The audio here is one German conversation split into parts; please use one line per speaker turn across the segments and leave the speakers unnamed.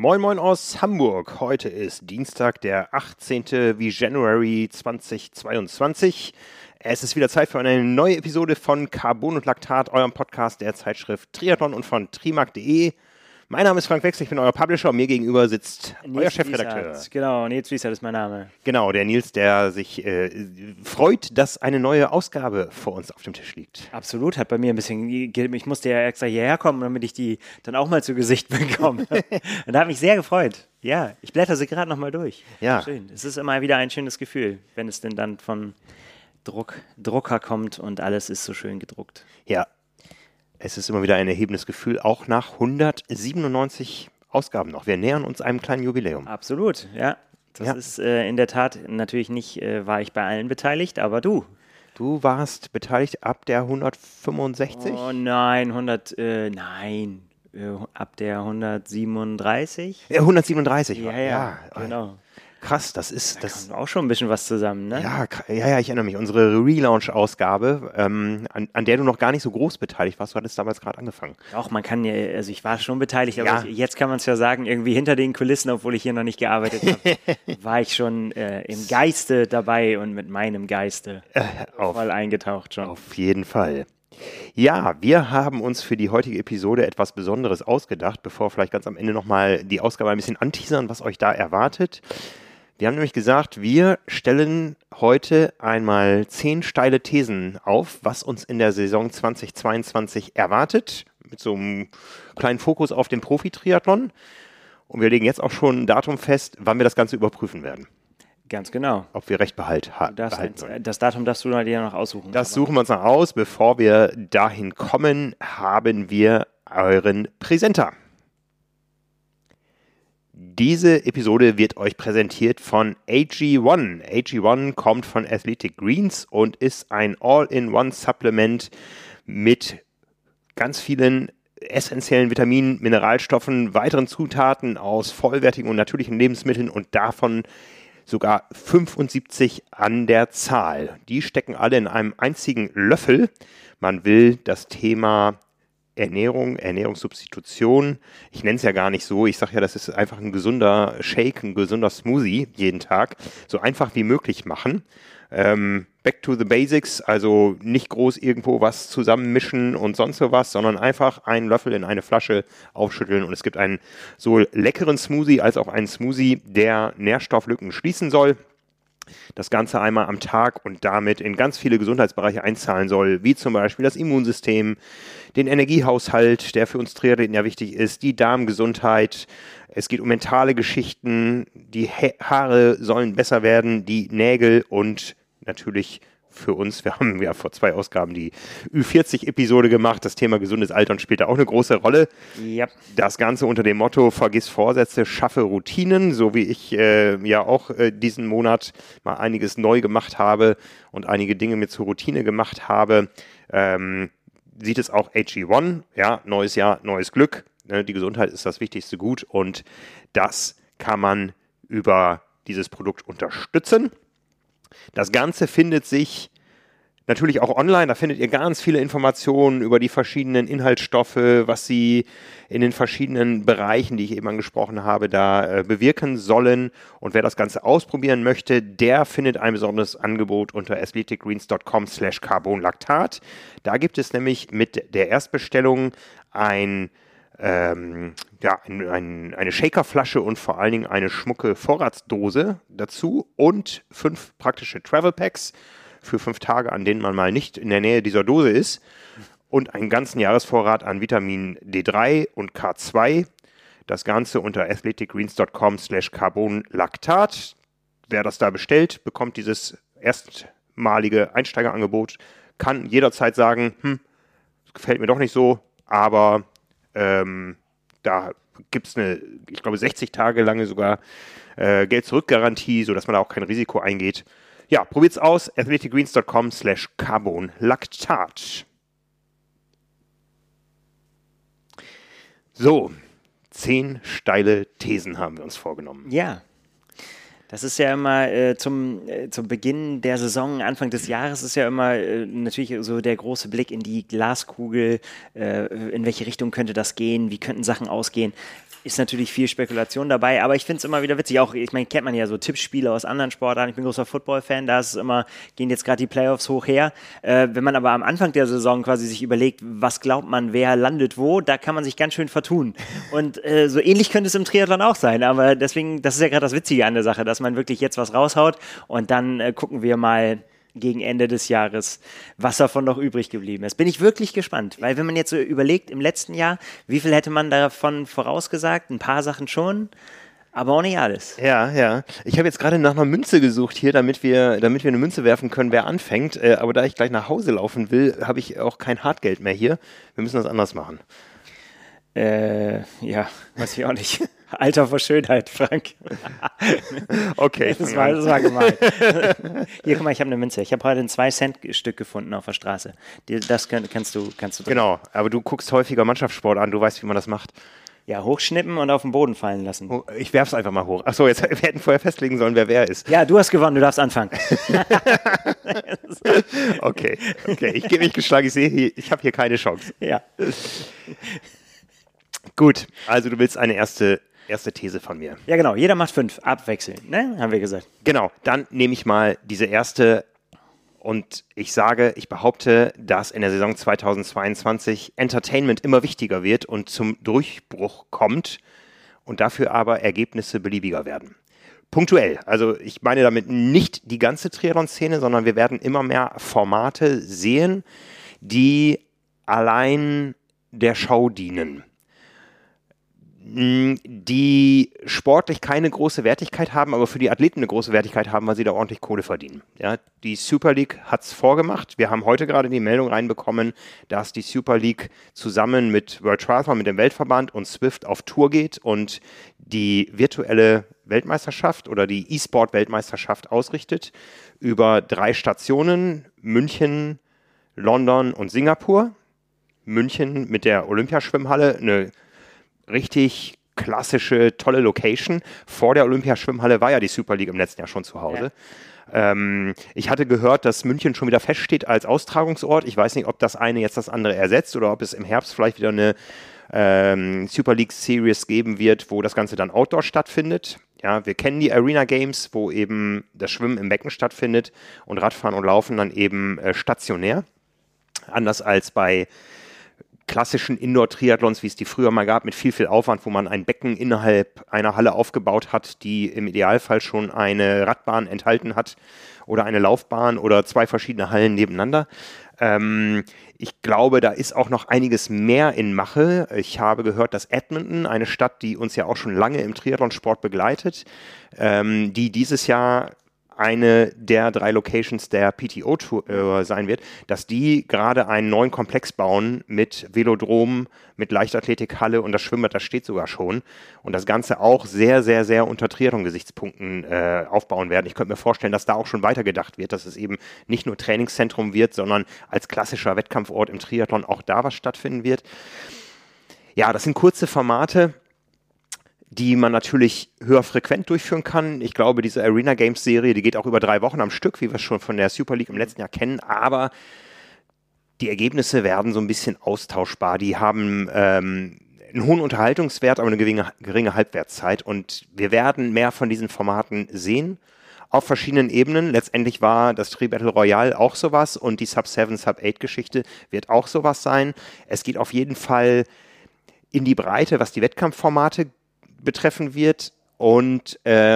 Moin Moin aus Hamburg. Heute ist Dienstag, der 18. wie January 2022. Es ist wieder Zeit für eine neue Episode von Carbon und Laktat, eurem Podcast der Zeitschrift Triathlon und von trimark.de. Mein Name ist Frank Wechsel, ich bin euer Publisher und mir gegenüber sitzt euer Chefredakteur.
Genau, Nils Wiesert ist mein Name.
Genau, der Nils, der sich freut, dass eine neue Ausgabe vor uns auf dem Tisch liegt.
Absolut, hat bei mir ein bisschen, ich musste ja extra hierher kommen, damit ich die dann auch mal zu Gesicht bekomme. Und da hat mich sehr gefreut. Ja, ich blätter sie gerade nochmal durch.
Ja.
Schön. Es ist immer wieder ein schönes Gefühl, wenn es denn dann von Drucker kommt und alles ist so schön gedruckt.
Ja. Es ist immer wieder ein erhebendes Gefühl, auch nach 197 Ausgaben noch. Wir nähern uns einem kleinen Jubiläum.
Absolut, ja. Das ist in der Tat natürlich nicht, war ich bei allen beteiligt, aber du.
Du warst beteiligt ab der 165?
Oh nein, ab der 137.
Ja, 137.
Ja, genau.
Krass, das
kommt auch schon ein bisschen was zusammen, ne?
Ja, ich erinnere mich. Unsere Relaunch-Ausgabe, an der du noch gar nicht so groß beteiligt warst. Du hattest damals gerade angefangen.
Auch man kann ja, also ich war schon beteiligt, aber
Ja.
jetzt kann man es ja sagen, irgendwie hinter den Kulissen, obwohl ich hier noch nicht gearbeitet habe, war ich schon im Geiste dabei und mit meinem Geiste voll eingetaucht schon.
Auf jeden Fall. Ja, wir haben uns für die heutige Episode etwas Besonderes ausgedacht, bevor wir vielleicht ganz am Ende nochmal die Ausgabe ein bisschen anteasern, was euch da erwartet. Wir haben nämlich gesagt, wir stellen heute einmal 10 steile Thesen auf, was uns in der Saison 2022 erwartet, mit so einem kleinen Fokus auf den Profi-Triathlon. Und wir legen jetzt auch schon ein Datum fest, wann wir das Ganze überprüfen werden.
Ganz genau.
Ob wir Recht behalten sollen.
Das Datum darfst du dir noch aussuchen.
Das suchen wir uns noch aus. Bevor wir dahin kommen, haben wir euren Präsenter. Diese Episode wird euch präsentiert von AG1. AG1 kommt von Athletic Greens und ist ein All-in-One-Supplement mit ganz vielen essentiellen Vitaminen, Mineralstoffen, weiteren Zutaten aus vollwertigen und natürlichen Lebensmitteln und davon sogar 75 an der Zahl. Die stecken alle in einem einzigen Löffel. Man will das Thema Ernährung, Ernährungssubstitution, ich nenne es ja gar nicht so, ich sage ja, das ist einfach ein gesunder Shake, ein gesunder Smoothie jeden Tag, so einfach wie möglich machen. Back to the basics, also nicht groß irgendwo was zusammenmischen und sonst sowas, sondern einfach einen Löffel in eine Flasche aufschütteln und es gibt einen so leckeren Smoothie als auch einen Smoothie, der Nährstofflücken schließen soll. Das Ganze einmal am Tag und damit in ganz viele Gesundheitsbereiche einzahlen soll, wie zum Beispiel das Immunsystem, den Energiehaushalt, der für uns Triathleten ja wichtig ist, die Darmgesundheit. Es geht um mentale Geschichten, die Haare sollen besser werden, die Nägel und natürlich für uns, wir haben ja vor 2 Ausgaben die Ü40-Episode gemacht, das Thema gesundes Altern spielt da auch eine große Rolle.
Yep.
Das Ganze unter dem Motto, vergiss Vorsätze, schaffe Routinen, so wie ich ja auch diesen Monat mal einiges neu gemacht habe und einige Dinge mir zur Routine gemacht habe, sieht es auch AG1, ja, neues Jahr, neues Glück, ne, die Gesundheit ist das wichtigste Gut und das kann man über dieses Produkt unterstützen. Das Ganze findet sich natürlich auch online, da findet ihr ganz viele Informationen über die verschiedenen Inhaltsstoffe, was sie in den verschiedenen Bereichen, die ich eben angesprochen habe, da bewirken sollen. Und wer das Ganze ausprobieren möchte, der findet ein besonderes Angebot unter athleticgreens.com/carbonlaktat. Da gibt es nämlich mit der Erstbestellung eine Shakerflasche und vor allen Dingen eine schmucke Vorratsdose dazu und 5 praktische Travel Packs für 5 Tage, an denen man mal nicht in der Nähe dieser Dose ist und einen ganzen Jahresvorrat an Vitamin D3 und K2. Das Ganze unter athleticgreens.com/carbonlaktat. Wer das da bestellt, bekommt dieses erstmalige Einsteigerangebot, kann jederzeit sagen, das gefällt mir doch nicht so, aber da gibt es eine, ich glaube, 60 Tage lange sogar Geld-Zurück-Garantie, sodass man da auch kein Risiko eingeht. Ja, probiert's aus, athleticgreens.com/carbonlaktat. So, 10 steile Thesen haben wir uns vorgenommen.
Ja. Das ist ja immer zum Beginn der Saison, Anfang des Jahres ist ja immer natürlich so der große Blick in die Glaskugel, in welche Richtung könnte das gehen, wie könnten Sachen ausgehen. ist natürlich viel Spekulation dabei, aber ich finde es immer wieder witzig. Auch, ich meine, kennt man ja so Tippspiele aus anderen Sportarten. Ich bin großer Football-Fan, da ist es immer, gehen jetzt gerade die Playoffs hoch her. Wenn man aber am Anfang der Saison quasi sich überlegt, was glaubt man, wer landet wo, da kann man sich ganz schön vertun. Und so ähnlich könnte es im Triathlon auch sein, aber deswegen, das ist ja gerade das Witzige an der Sache, dass man wirklich jetzt was raushaut und dann gucken wir mal gegen Ende des Jahres, was davon noch übrig geblieben ist. Bin ich wirklich gespannt, weil wenn man jetzt so überlegt, im letzten Jahr, wie viel hätte man davon vorausgesagt? Ein paar Sachen schon, aber auch nicht alles.
Ja. Ich habe jetzt gerade nach einer Münze gesucht hier, damit wir eine Münze werfen können, wer anfängt. Aber da ich gleich nach Hause laufen will, habe ich auch kein Hartgeld mehr hier. Wir müssen das anders machen.
Ja, weiß ich auch nicht. Alter vor Schönheit, Frank.
Okay.
Das war gemein. Hier, guck mal, ich habe eine Münze. Ich habe heute ein 2-Cent-Stück gefunden auf der Straße. Das kannst du
Genau, aber du guckst häufiger Mannschaftssport an, du weißt, wie man das macht.
Ja, hochschnippen und auf den Boden fallen lassen.
Oh, ich werf's einfach mal hoch. Achso, wir hätten vorher festlegen sollen, wer ist.
Ja, du hast gewonnen, du darfst anfangen.
Okay. Ich gebe mich geschlagen, ich habe hier keine Chance.
Ja.
Gut, also du willst eine erste These von mir.
Ja, genau. Jeder macht 5. Abwechselnd, ne? Haben wir gesagt.
Genau, dann nehme ich mal diese erste und ich behaupte, dass in der Saison 2022 Entertainment immer wichtiger wird und zum Durchbruch kommt und dafür aber Ergebnisse beliebiger werden. Punktuell, also ich meine damit nicht die ganze Triathlon-Szene, sondern wir werden immer mehr Formate sehen, die allein der Show dienen, die sportlich keine große Wertigkeit haben, aber für die Athleten eine große Wertigkeit haben, weil sie da ordentlich Kohle verdienen. Ja, die Super League hat es vorgemacht. Wir haben heute gerade die Meldung reinbekommen, dass die Super League zusammen mit World Triathlon, mit dem Weltverband und Swift auf Tour geht und die virtuelle Weltmeisterschaft oder die E-Sport-Weltmeisterschaft ausrichtet über 3 Stationen, München, London und Singapur. München mit der Olympiaschwimmhalle, eine richtig klassische, tolle Location. Vor der Olympiaschwimmhalle war ja die Super League im letzten Jahr schon zu Hause. Ja. Ich hatte gehört, dass München schon wieder feststeht als Austragungsort. Ich weiß nicht, ob das eine jetzt das andere ersetzt oder ob es im Herbst vielleicht wieder eine Super League Series geben wird, wo das Ganze dann outdoor stattfindet. Ja, wir kennen die Arena Games, wo eben das Schwimmen im Becken stattfindet und Radfahren und Laufen dann eben stationär. Anders als bei klassischen Indoor-Triathlons, wie es die früher mal gab, mit viel, viel Aufwand, wo man ein Becken innerhalb einer Halle aufgebaut hat, die im Idealfall schon eine Radbahn enthalten hat oder eine Laufbahn oder 2 verschiedene Hallen nebeneinander. Ich glaube, da ist auch noch einiges mehr in Mache. Ich habe gehört, dass Edmonton, eine Stadt, die uns ja auch schon lange im Triathlonsport begleitet, die dieses Jahr eine der 3 Locations der PTO-Tour sein wird, dass die gerade einen neuen Komplex bauen mit Velodrom, mit Leichtathletikhalle und das Schwimmbad, das steht sogar schon. Und das Ganze auch sehr, sehr, sehr unter Triathlon-Gesichtspunkten aufbauen werden. Ich könnte mir vorstellen, dass da auch schon weitergedacht wird, dass es eben nicht nur Trainingszentrum wird, sondern als klassischer Wettkampfort im Triathlon auch da was stattfinden wird. Ja, das sind kurze Formate, die man natürlich höher frequent durchführen kann. Ich glaube, diese Arena Games Serie, die geht auch über 3 Wochen am Stück, wie wir es schon von der Super League im letzten Jahr kennen, aber die Ergebnisse werden so ein bisschen austauschbar. Die haben einen hohen Unterhaltungswert, aber eine geringe Halbwertszeit und wir werden mehr von diesen Formaten sehen auf verschiedenen Ebenen. Letztendlich war das Tri-Battle Royale auch sowas und die Sub-7, Sub-8-Geschichte wird auch sowas sein. Es geht auf jeden Fall in die Breite, was die Wettkampfformate betreffen wird und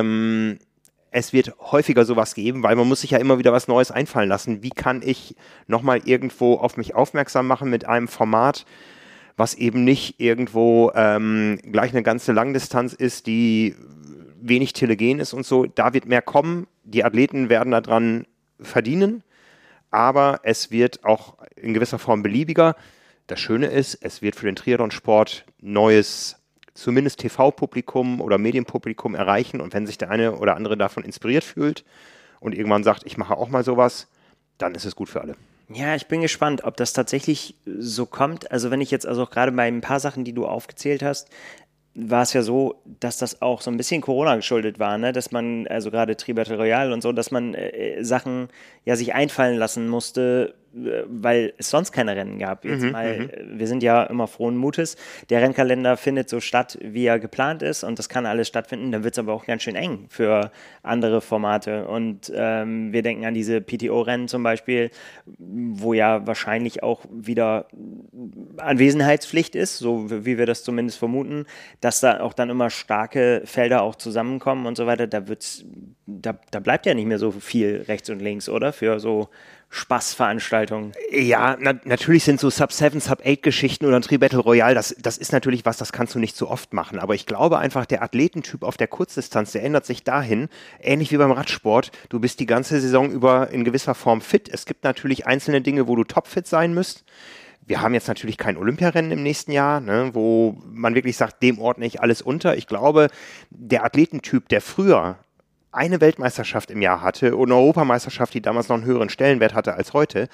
es wird häufiger sowas geben, weil man muss sich ja immer wieder was Neues einfallen lassen. Wie kann ich nochmal irgendwo auf mich aufmerksam machen mit einem Format, was eben nicht irgendwo gleich eine ganze Langdistanz ist, die wenig telegen ist und so. Da wird mehr kommen, die Athleten werden daran verdienen, aber es wird auch in gewisser Form beliebiger. Das Schöne ist, es wird für den Triathlon-Sport neues zumindest TV-Publikum oder Medienpublikum erreichen und wenn sich der eine oder andere davon inspiriert fühlt und irgendwann sagt, ich mache auch mal sowas, dann ist es gut für alle.
Ja, ich bin gespannt, ob das tatsächlich so kommt. Also wenn ich jetzt also auch gerade bei ein paar Sachen, die du aufgezählt hast, war es ja so, dass das auch so ein bisschen Corona geschuldet war, ne? Dass man, also gerade Tri-Battle Royale und so, dass man Sachen ja sich einfallen lassen musste, weil es sonst keine Rennen gab. Jetzt wir sind ja immer frohen Mutes. Der Rennkalender findet so statt, wie er geplant ist und das kann alles stattfinden. Dann wird es aber auch ganz schön eng für andere Formate. Und wir denken an diese PTO-Rennen zum Beispiel, wo ja wahrscheinlich auch wieder Anwesenheitspflicht ist, so wie wir das zumindest vermuten, dass da auch dann immer starke Felder auch zusammenkommen und so weiter. Da bleibt ja nicht mehr so viel rechts und links, oder? Für so Spaßveranstaltungen.
Ja, natürlich sind so Sub-7, Sub-8-Geschichten oder ein Tri-Battle Royale, das ist natürlich was, das kannst du nicht so oft machen. Aber ich glaube einfach, der Athletentyp auf der Kurzdistanz, der ändert sich dahin, ähnlich wie beim Radsport. Du bist die ganze Saison über in gewisser Form fit. Es gibt natürlich einzelne Dinge, wo du topfit sein müsst. Wir haben jetzt natürlich kein Olympiarennen im nächsten Jahr, ne, wo man wirklich sagt, dem ordne ich alles unter. Ich glaube, der Athletentyp, der früher eine Weltmeisterschaft im Jahr hatte und eine Europameisterschaft, die damals noch einen höheren Stellenwert hatte als heute,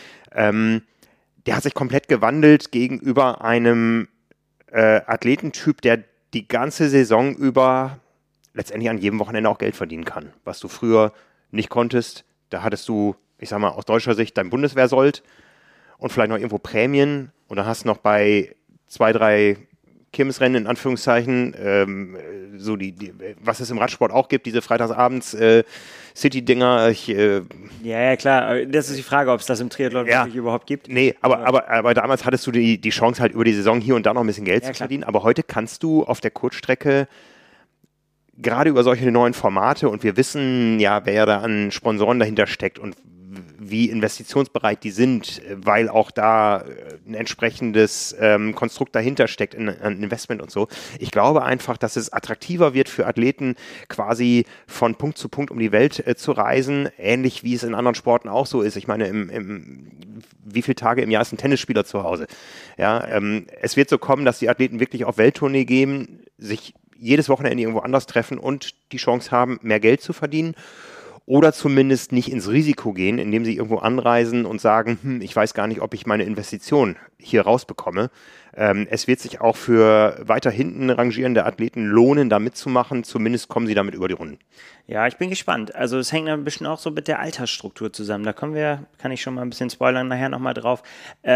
der hat sich komplett gewandelt gegenüber einem Athletentyp, der die ganze Saison über letztendlich an jedem Wochenende auch Geld verdienen kann. Was du früher nicht konntest, da hattest du, ich sag mal, aus deutscher Sicht dein Bundeswehrsold und vielleicht noch irgendwo Prämien und dann hast du noch bei 2, 3 Kirmesrennen in Anführungszeichen, so was es im Radsport auch gibt, diese Freitagsabends City-Dinger.
Ja, klar. Das ist die Frage, ob es das im Triathlon wirklich überhaupt gibt.
Nee, aber damals hattest du die Chance halt über die Saison hier und da noch ein bisschen Geld zu verdienen. Aber heute kannst du auf der Kurzstrecke gerade über solche neuen Formate und wir wissen ja, wer da an Sponsoren dahinter steckt und wie investitionsbereit die sind, weil auch da ein entsprechendes Konstrukt dahinter steckt, ein Investment und so. Ich glaube einfach, dass es attraktiver wird für Athleten, quasi von Punkt zu Punkt um die Welt zu reisen, ähnlich wie es in anderen Sporten auch so ist. Ich meine, wie viele Tage im Jahr ist ein Tennisspieler zu Hause? Ja, es wird so kommen, dass die Athleten wirklich auf Welttournee gehen, sich jedes Wochenende irgendwo anders treffen und die Chance haben, mehr Geld zu verdienen. Oder zumindest nicht ins Risiko gehen, indem sie irgendwo anreisen und sagen, ich weiß gar nicht, ob ich meine Investition hier rausbekomme. Es wird sich auch für weiter hinten rangierende Athleten lohnen, da mitzumachen. Zumindest kommen sie damit über die Runden.
Ja, ich bin gespannt. Also es hängt ein bisschen auch so mit der Altersstruktur zusammen. Da kann ich schon mal ein bisschen spoilern, nachher nochmal drauf.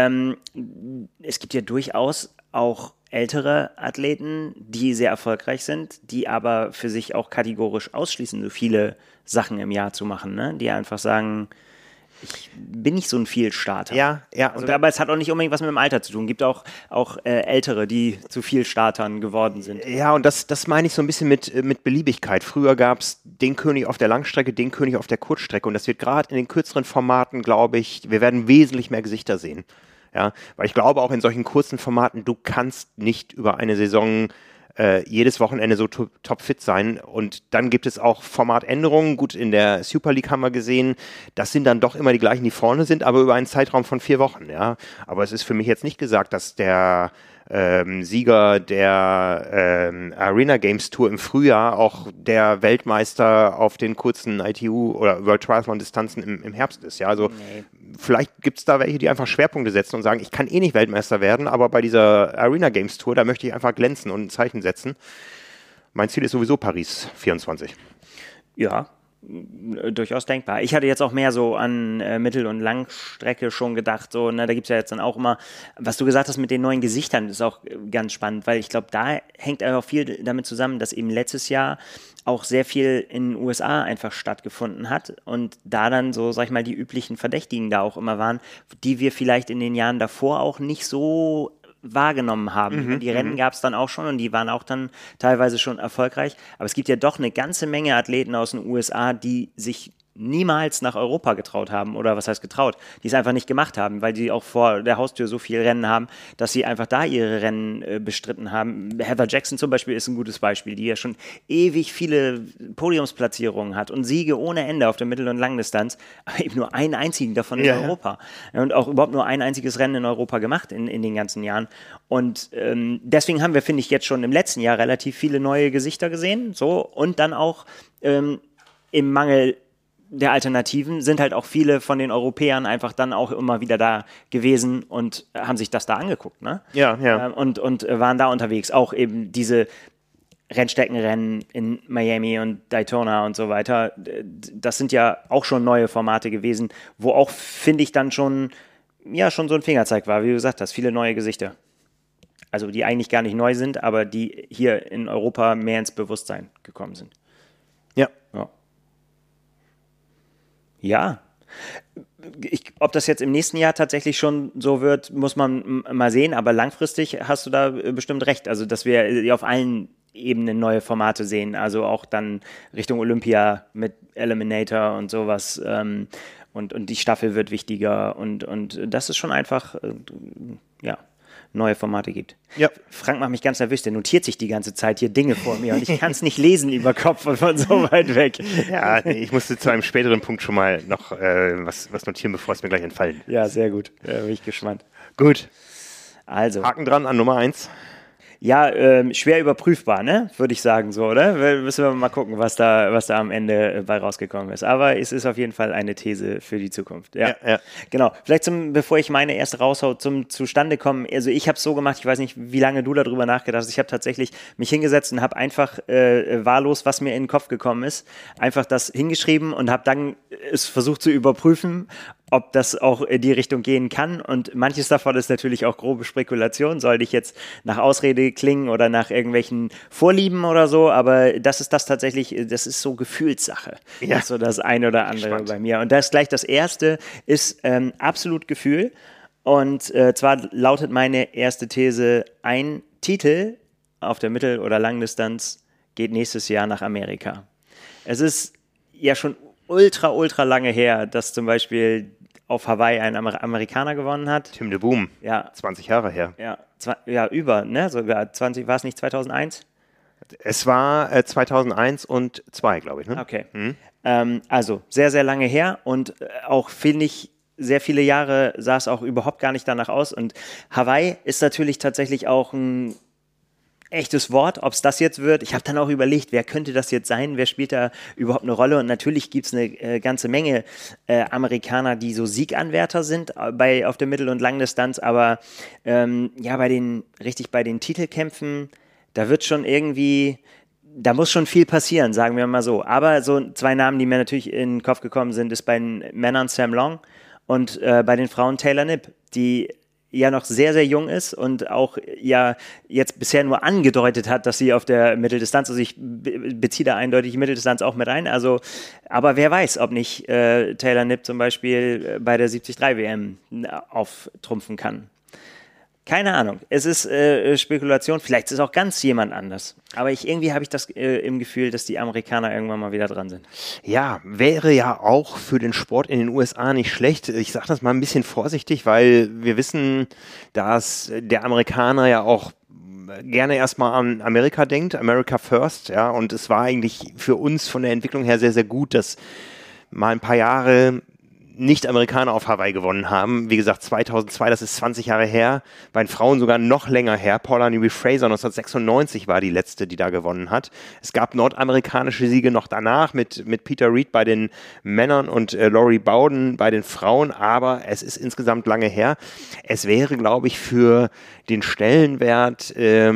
Es gibt ja durchaus auch ältere Athleten, die sehr erfolgreich sind, die aber für sich auch kategorisch ausschließen, so viele Sachen im Jahr zu machen, ne? Die einfach sagen, ich bin nicht so ein Vielstarter.
Ja.
Aber es hat auch nicht unbedingt was mit dem Alter zu tun. Es gibt auch Ältere, die zu Vielstartern geworden sind.
Ja, und das meine ich so ein bisschen mit Beliebigkeit. Früher gab es den König auf der Langstrecke, den König auf der Kurzstrecke. Und das wird gerade in den kürzeren Formaten, glaube ich, wir werden wesentlich mehr Gesichter sehen. Ja, weil ich glaube, auch in solchen kurzen Formaten, du kannst nicht über eine Saison jedes Wochenende so topfit sein. Und dann gibt es auch Formatänderungen. Gut, in der Super League haben wir gesehen, das sind dann doch immer die gleichen, die vorne sind, aber über einen Zeitraum von 4 Wochen. Ja, aber es ist für mich jetzt nicht gesagt, dass der Sieger der Arena Games Tour im Frühjahr auch der Weltmeister auf den kurzen ITU oder World Triathlon Distanzen im Herbst ist. Ja, also vielleicht gibt es da welche, die einfach Schwerpunkte setzen und sagen, ich kann eh nicht Weltmeister werden, aber bei dieser Arena Games Tour, da möchte ich einfach glänzen und ein Zeichen setzen. Mein Ziel ist sowieso Paris 24.
Ja, durchaus denkbar. Ich hatte jetzt auch mehr so an Mittel- und Langstrecke schon gedacht, so, ne, da gibt es ja jetzt dann auch immer, was du gesagt hast mit den neuen Gesichtern, ist auch ganz spannend, weil ich glaube, da hängt auch viel damit zusammen, dass eben letztes Jahr auch sehr viel in den USA einfach stattgefunden hat und da dann so, sag ich mal, die üblichen Verdächtigen da auch immer waren, die wir vielleicht in den Jahren davor auch nicht so wahrgenommen haben. Die Rennen gab es dann auch schon und die waren auch dann teilweise schon erfolgreich. Aber es gibt ja doch eine ganze Menge Athleten aus den USA, die sich niemals nach Europa getraut haben, oder was heißt getraut, die es einfach nicht gemacht haben, weil die auch vor der Haustür so viele Rennen haben, dass sie einfach da ihre Rennen bestritten haben. Heather Jackson zum Beispiel ist ein gutes Beispiel, die ja schon ewig viele Podiumsplatzierungen hat und Siege ohne Ende auf der Mittel- und Langdistanz, aber eben nur einen einzigen davon in Europa. Und auch überhaupt nur ein einziges Rennen in Europa gemacht in den ganzen Jahren. Und deswegen haben wir, finde ich, jetzt schon im letzten Jahr relativ viele neue Gesichter gesehen, so, und dann auch im Mangel der Alternativen sind halt auch viele von den Europäern einfach dann auch immer wieder da gewesen und haben sich das da angeguckt, ne?
Ja.
Und waren da unterwegs. Auch eben diese Rennstreckenrennen in Miami und Daytona und so weiter. Das sind ja auch schon neue Formate gewesen, wo auch, finde ich, dann schon so ein Fingerzeig war, wie du gesagt hast, viele neue Gesichter. Also die eigentlich gar nicht neu sind, aber die hier in Europa mehr ins Bewusstsein gekommen sind.
Ja.
Ja. Ob das jetzt im nächsten Jahr tatsächlich schon so wird, muss man mal sehen, aber langfristig hast du da bestimmt recht. Also, dass wir auf allen Ebenen neue Formate sehen, also auch dann Richtung Olympia mit Eliminator und sowas. Und die Staffel wird wichtiger und dass es schon einfach, neue Formate gibt.
Ja.
Frank macht mich ganz nervös, der notiert sich die ganze Zeit hier Dinge vor mir und ich kann es nicht lesen über Kopf und von so weit weg.
Ja, ich musste zu einem späteren Punkt schon mal noch was notieren, bevor es mir gleich entfallen.
Ja, sehr gut. Bin ich gespannt.
Gut.
Also.
Haken dran an Nummer 1.
Ja, schwer überprüfbar, ne? Würde ich sagen so, oder? Müssen wir mal gucken, was da am Ende bei rausgekommen ist. Aber es ist auf jeden Fall eine These für die Zukunft. Ja. Genau. Vielleicht bevor ich meine erste raushau, zum Zustandekommen. Also ich habe es so gemacht, ich weiß nicht, wie lange du darüber nachgedacht hast. Ich habe tatsächlich mich hingesetzt und habe einfach wahllos, was mir in den Kopf gekommen ist, einfach das hingeschrieben und habe dann es versucht zu überprüfen, ob das auch in die Richtung gehen kann. Und manches davon ist natürlich auch grobe Spekulation. Soll ich jetzt nach Ausrede klingen oder nach irgendwelchen Vorlieben oder so? Aber das ist so Gefühlssache. Ja. Das ist so das eine oder andere bei mir. Und das gleich das erste ist absolut Gefühl. Und zwar lautet meine erste These, ein Titel auf der Mittel- oder Langdistanz geht nächstes Jahr nach Amerika. Es ist ja schon ultra lange her, dass zum Beispiel auf Hawaii ein Amerikaner gewonnen hat.
Tim de Boom.
Ja.
20 Jahre her.
Ja, über, ne? So, 20, war es nicht 2001?
Es war 2001 und 2002, glaube ich. Ne?
Okay. Also sehr, sehr lange her und auch, finde ich, sehr viele Jahre sah es auch überhaupt gar nicht danach aus. Und Hawaii ist natürlich tatsächlich auch ein echtes Wort, ob es das jetzt wird. Ich habe dann auch überlegt, wer könnte das jetzt sein, wer spielt da überhaupt eine Rolle, und natürlich gibt es eine ganze Menge Amerikaner, die so Sieganwärter sind auf der Mittel- und Langdistanz, aber bei den Titelkämpfen, da wird schon irgendwie, da muss schon viel passieren, sagen wir mal so. Aber so zwei Namen, die mir natürlich in den Kopf gekommen sind, ist bei den Männern Sam Long und bei den Frauen Taylor Knipp, die ja noch sehr, sehr jung ist und auch ja jetzt bisher nur angedeutet hat, dass sie auf der Mitteldistanz, also ich beziehe da eindeutig die Mitteldistanz auch mit ein, also, aber wer weiß, ob nicht Taylor Knipp zum Beispiel bei der 73 WM auftrumpfen kann. Keine Ahnung, es ist Spekulation, vielleicht ist es auch ganz jemand anders. Aber irgendwie habe ich das im Gefühl, dass die Amerikaner irgendwann mal wieder dran sind.
Ja, wäre ja auch für den Sport in den USA nicht schlecht. Ich sage das mal ein bisschen vorsichtig, weil wir wissen, dass der Amerikaner ja auch gerne erstmal an Amerika denkt, America First, ja, und es war eigentlich für uns von der Entwicklung her sehr, sehr gut, dass mal ein paar Jahre Nicht-Amerikaner auf Hawaii gewonnen haben. Wie gesagt, 2002, das ist 20 Jahre her. Bei den Frauen sogar noch länger her. Paula Newby-Fraser 1996 war die letzte, die da gewonnen hat. Es gab nordamerikanische Siege noch danach mit Peter Reed bei den Männern und Laurie Bowden bei den Frauen, aber es ist insgesamt lange her. Es wäre, glaube ich, für den Stellenwert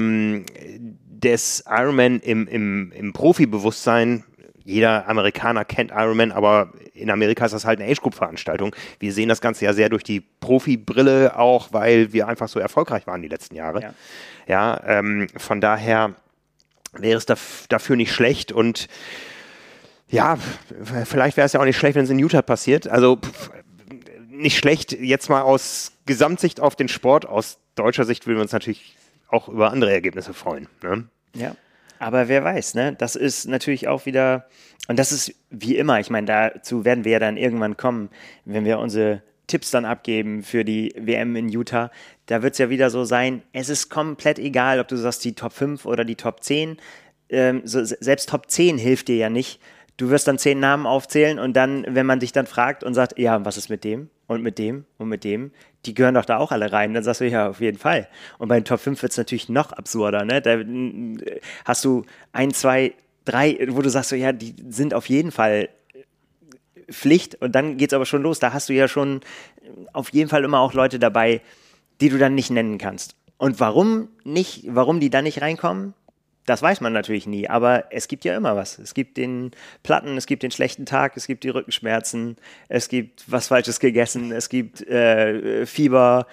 des Ironman im Profibewusstsein, jeder Amerikaner kennt Ironman, aber in Amerika ist das halt eine Age-Group-Veranstaltung. Wir sehen das Ganze ja sehr durch die Profi-Brille auch, weil wir einfach so erfolgreich waren die letzten Jahre. Ja, von daher wäre es dafür nicht schlecht, und ja, vielleicht wäre es ja auch nicht schlecht, wenn es in Utah passiert. Also nicht schlecht, jetzt mal aus Gesamtsicht auf den Sport, aus deutscher Sicht würden wir uns natürlich auch über andere Ergebnisse freuen. Ne?
Ja. Aber wer weiß, ne? Das ist natürlich auch wieder, und das ist wie immer, ich meine, dazu werden wir ja dann irgendwann kommen, wenn wir unsere Tipps dann abgeben für die WM in Utah, da wird es ja wieder so sein, es ist komplett egal, ob du sagst die Top 5 oder die Top 10, selbst Top 10 hilft dir ja nicht. Du wirst dann 10 Namen aufzählen und dann, wenn man dich dann fragt und sagt, ja, was ist mit dem und mit dem und mit dem, die gehören doch da auch alle rein, dann sagst du, ja, auf jeden Fall. Und bei den Top 5 wird es natürlich noch absurder, ne? Da hast du 1, 2, 3, wo du sagst, so, ja, die sind auf jeden Fall Pflicht, und dann geht's aber schon los. Da hast du ja schon auf jeden Fall immer auch Leute dabei, die du dann nicht nennen kannst. Und warum die dann nicht reinkommen? Das weiß man natürlich nie, aber es gibt ja immer was. Es gibt den Platten, es gibt den schlechten Tag, es gibt die Rückenschmerzen, es gibt was Falsches gegessen, es gibt Fieber,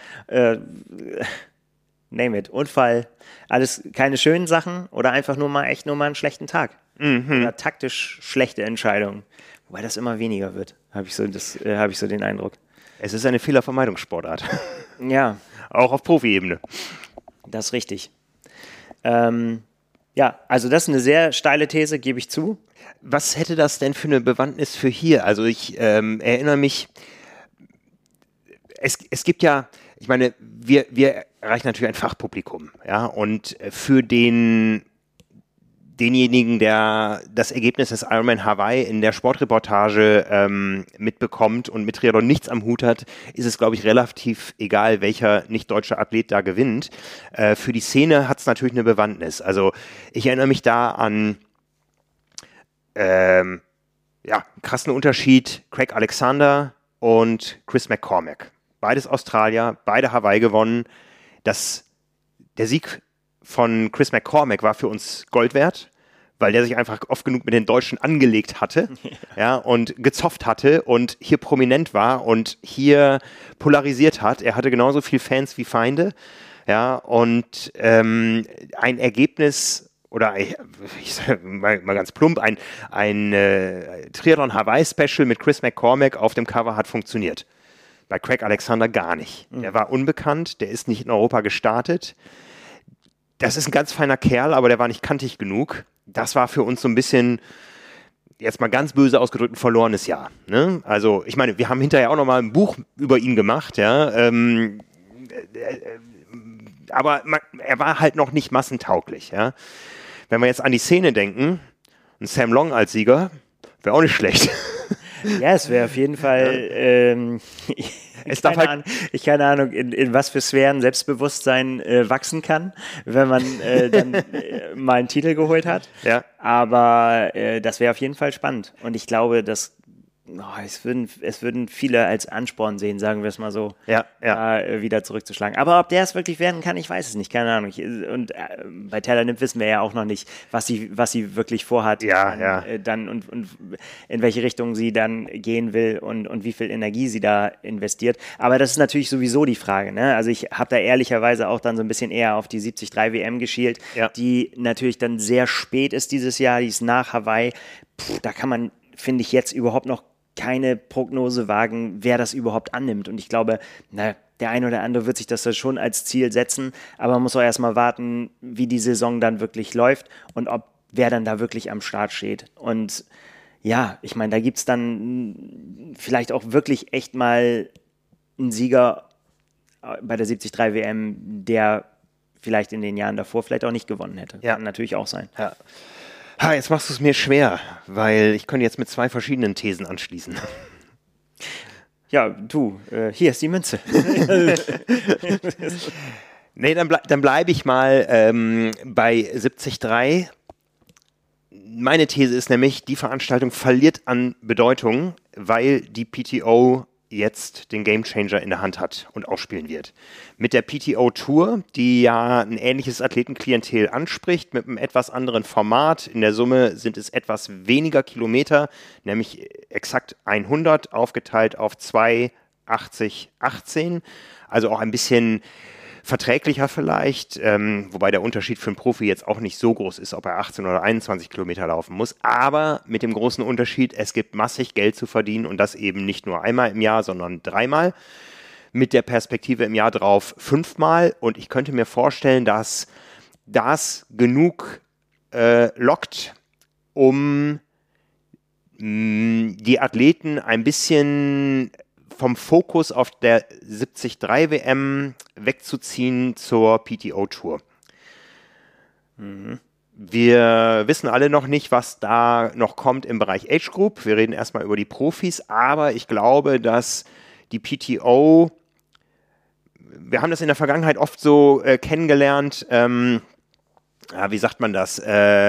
name it, Unfall. Alles keine schönen Sachen oder einfach nur mal einen schlechten Tag. Oder taktisch schlechte Entscheidungen. Wobei das immer weniger wird, habe ich so den Eindruck.
Es ist eine Fehlervermeidungssportart.
Ja.
Auch auf Profi-Ebene.
Das ist richtig. Ja, also das ist eine sehr steile These, gebe ich zu.
Was hätte das denn für eine Bewandtnis für hier? Also ich erinnere mich, es gibt ja, ich meine, wir erreichen natürlich ein Fachpublikum, ja, und für denjenigen, der das Ergebnis des Ironman Hawaii in der Sportreportage mitbekommt und mit Triathlon nichts am Hut hat, ist es, glaube ich, relativ egal, welcher nicht-deutsche Athlet da gewinnt. Für die Szene hat es natürlich eine Bewandtnis. Also ich erinnere mich da an krassen Unterschied, Craig Alexander und Chris McCormack. Beides Australier, beide Hawaii gewonnen. Der Sieg von Chris McCormack war für uns Gold wert, weil der sich einfach oft genug mit den Deutschen angelegt hatte, ja, und gezofft hatte und hier prominent war und hier polarisiert hat. Er hatte genauso viele Fans wie Feinde, ja, und ein Ergebnis oder ich sag mal ganz plump, ein Triathlon Hawaii Special mit Chris McCormack auf dem Cover hat funktioniert. Bei Craig Alexander gar nicht. Der war unbekannt, der ist nicht in Europa gestartet. Das ist ein ganz feiner Kerl, aber der war nicht kantig genug. Das war für uns so ein bisschen, jetzt mal ganz böse ausgedrückt, ein verlorenes Jahr. Ne? Also ich meine, wir haben hinterher auch nochmal ein Buch über ihn gemacht, ja. Aber er war halt noch nicht massentauglich. Ja? Wenn wir jetzt an die Szene denken, ein Sam Long als Sieger, wäre auch nicht schlecht.
Ja, es wäre auf jeden Fall, keine Ahnung, in was für Sphären Selbstbewusstsein wachsen kann, wenn man dann mal einen Titel geholt hat.
Ja.
Aber das wäre auf jeden Fall spannend. Und ich glaube, es würden viele als Ansporn sehen, sagen wir es mal so, wieder zurückzuschlagen. Aber ob der es wirklich werden kann, ich weiß es nicht, keine Ahnung. Und bei Taylor Nipp wissen wir ja auch noch nicht, was sie wirklich vorhat, dann und in welche Richtung sie dann gehen will und wie viel Energie sie da investiert. Aber das ist natürlich sowieso die Frage, ne? Also ich habe da ehrlicherweise auch dann so ein bisschen eher auf die 73 WM geschielt, die natürlich dann sehr spät ist dieses Jahr, die ist nach Hawaii. Da kann man, finde ich, jetzt überhaupt noch keine Prognose wagen, wer das überhaupt annimmt. Und ich glaube, der eine oder andere wird sich das schon als Ziel setzen, aber man muss auch erstmal warten, wie die Saison dann wirklich läuft und wer dann da wirklich am Start steht. Und ja, ich meine, da gibt es dann vielleicht auch wirklich echt mal einen Sieger bei der 73 WM, der vielleicht in den Jahren davor vielleicht auch nicht gewonnen hätte.
Ja.
Kann natürlich auch sein.
Ja. Jetzt machst du es mir schwer, weil ich könnte jetzt mit 2 verschiedenen Thesen anschließen.
Ja, hier ist die Münze.
Nee, dann bleibe ich mal bei 73. Meine These ist nämlich, die Veranstaltung verliert an Bedeutung, weil die PTO jetzt den Gamechanger in der Hand hat und ausspielen wird. Mit der PTO Tour, die ja ein ähnliches Athletenklientel anspricht, mit einem etwas anderen Format. In der Summe sind es etwas weniger Kilometer, nämlich exakt 100, aufgeteilt auf 2, 80, 18. Also auch ein bisschen verträglicher vielleicht, wobei der Unterschied für einen Profi jetzt auch nicht so groß ist, ob er 18 oder 21 Kilometer laufen muss, aber mit dem großen Unterschied, es gibt massig Geld zu verdienen und das eben nicht nur einmal im Jahr, sondern 3-mal, mit der Perspektive im Jahr drauf 5-mal und ich könnte mir vorstellen, dass das genug lockt, um die Athleten ein bisschen vom Fokus auf der 73 WM wegzuziehen zur PTO-Tour. Wir wissen alle noch nicht, was da noch kommt im Bereich Age Group. Wir reden erstmal über die Profis, aber ich glaube, dass die PTO, wir haben das in der Vergangenheit oft so kennengelernt, wie sagt man das,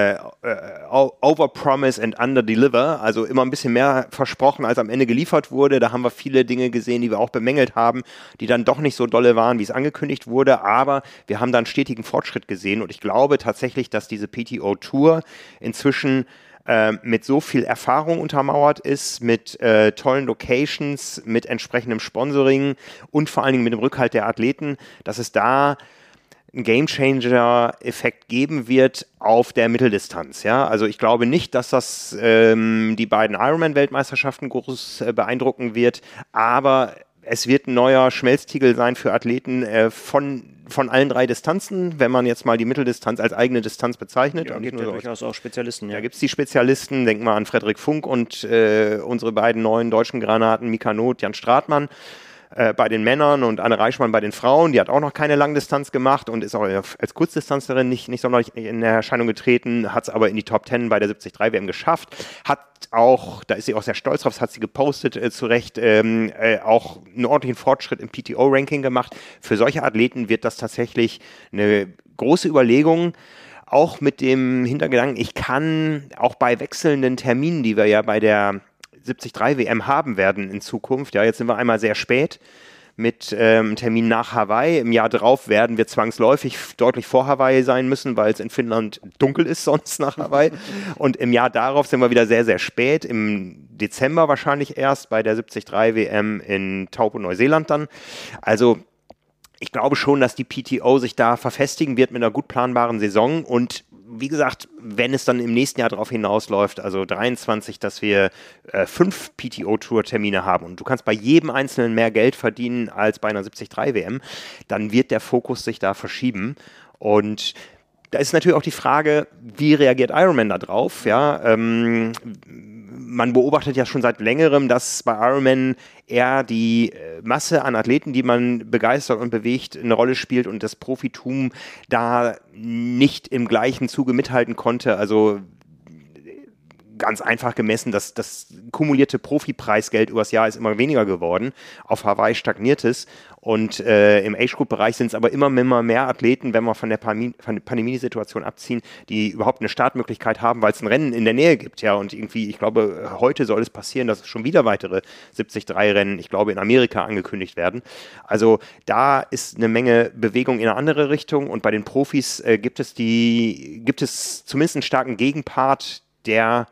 overpromise and underdeliver, also immer ein bisschen mehr versprochen, als am Ende geliefert wurde. Da haben wir viele Dinge gesehen, die wir auch bemängelt haben, die dann doch nicht so dolle waren, wie es angekündigt wurde, aber wir haben da einen stetigen Fortschritt gesehen und ich glaube tatsächlich, dass diese PTO-Tour inzwischen mit so viel Erfahrung untermauert ist, mit tollen Locations, mit entsprechendem Sponsoring und vor allen Dingen mit dem Rückhalt der Athleten, dass es da einen Gamechanger-Effekt geben wird auf der Mitteldistanz. Ja? Also ich glaube nicht, dass das die beiden Ironman-Weltmeisterschaften groß beeindrucken wird, aber es wird ein neuer Schmelztiegel sein für Athleten von allen 3 Distanzen, wenn man jetzt mal die Mitteldistanz als eigene Distanz bezeichnet.
Ja, gibt ja durchaus auch Spezialisten. Ja.
Da gibt es die Spezialisten, denken wir an Frederik Funk und unsere beiden neuen deutschen Granaten, Mika Not, Jan Stratmann. Bei den Männern und Anne Reichmann bei den Frauen, die hat auch noch keine Langdistanz gemacht und ist auch als Kurzdistanzlerin nicht sonderlich in Erscheinung getreten, hat es aber in die Top 10 bei der 73 WM geschafft, hat auch, da ist sie auch sehr stolz drauf, das hat sie gepostet, zu Recht, auch einen ordentlichen Fortschritt im PTO-Ranking gemacht. Für solche Athleten wird das tatsächlich eine große Überlegung, auch mit dem Hintergedanken, ich kann auch bei wechselnden Terminen, die wir ja bei der 73 WM haben werden in Zukunft. Ja, jetzt sind wir einmal sehr spät mit Termin nach Hawaii. Im Jahr drauf werden wir zwangsläufig deutlich vor Hawaii sein müssen, weil es in Finnland dunkel ist sonst nach Hawaii. Und im Jahr darauf sind wir wieder sehr, sehr spät. Im Dezember wahrscheinlich erst bei der 73 WM in Taupo, Neuseeland dann. Also ich glaube schon, dass die PTO sich da verfestigen wird mit einer gut planbaren Saison und wie gesagt, wenn es dann im nächsten Jahr darauf hinausläuft, also 23, dass wir 5 PTO-Tour-Termine haben und du kannst bei jedem Einzelnen mehr Geld verdienen als bei einer 73 WM, dann wird der Fokus sich da verschieben und da ist natürlich auch die Frage, wie reagiert Ironman da drauf? Ja, man beobachtet ja schon seit längerem, dass bei Ironman eher die Masse an Athleten, die man begeistert und bewegt, eine Rolle spielt und das Profitum da nicht im gleichen Zuge mithalten konnte. Also ganz einfach gemessen, dass das kumulierte Profipreisgeld übers Jahr ist immer weniger geworden. Auf Hawaii stagniert es. Und im Age-Group-Bereich sind es aber immer mehr Athleten, wenn wir von der Pandemiesituation abziehen, die überhaupt eine Startmöglichkeit haben, weil es ein Rennen in der Nähe gibt. Ja, und irgendwie, ich glaube, heute soll es passieren, dass schon wieder weitere 73-Rennen, ich glaube, in Amerika angekündigt werden. Also da ist eine Menge Bewegung in eine andere Richtung. Und bei den Profis gibt es zumindest einen starken Gegenpart, der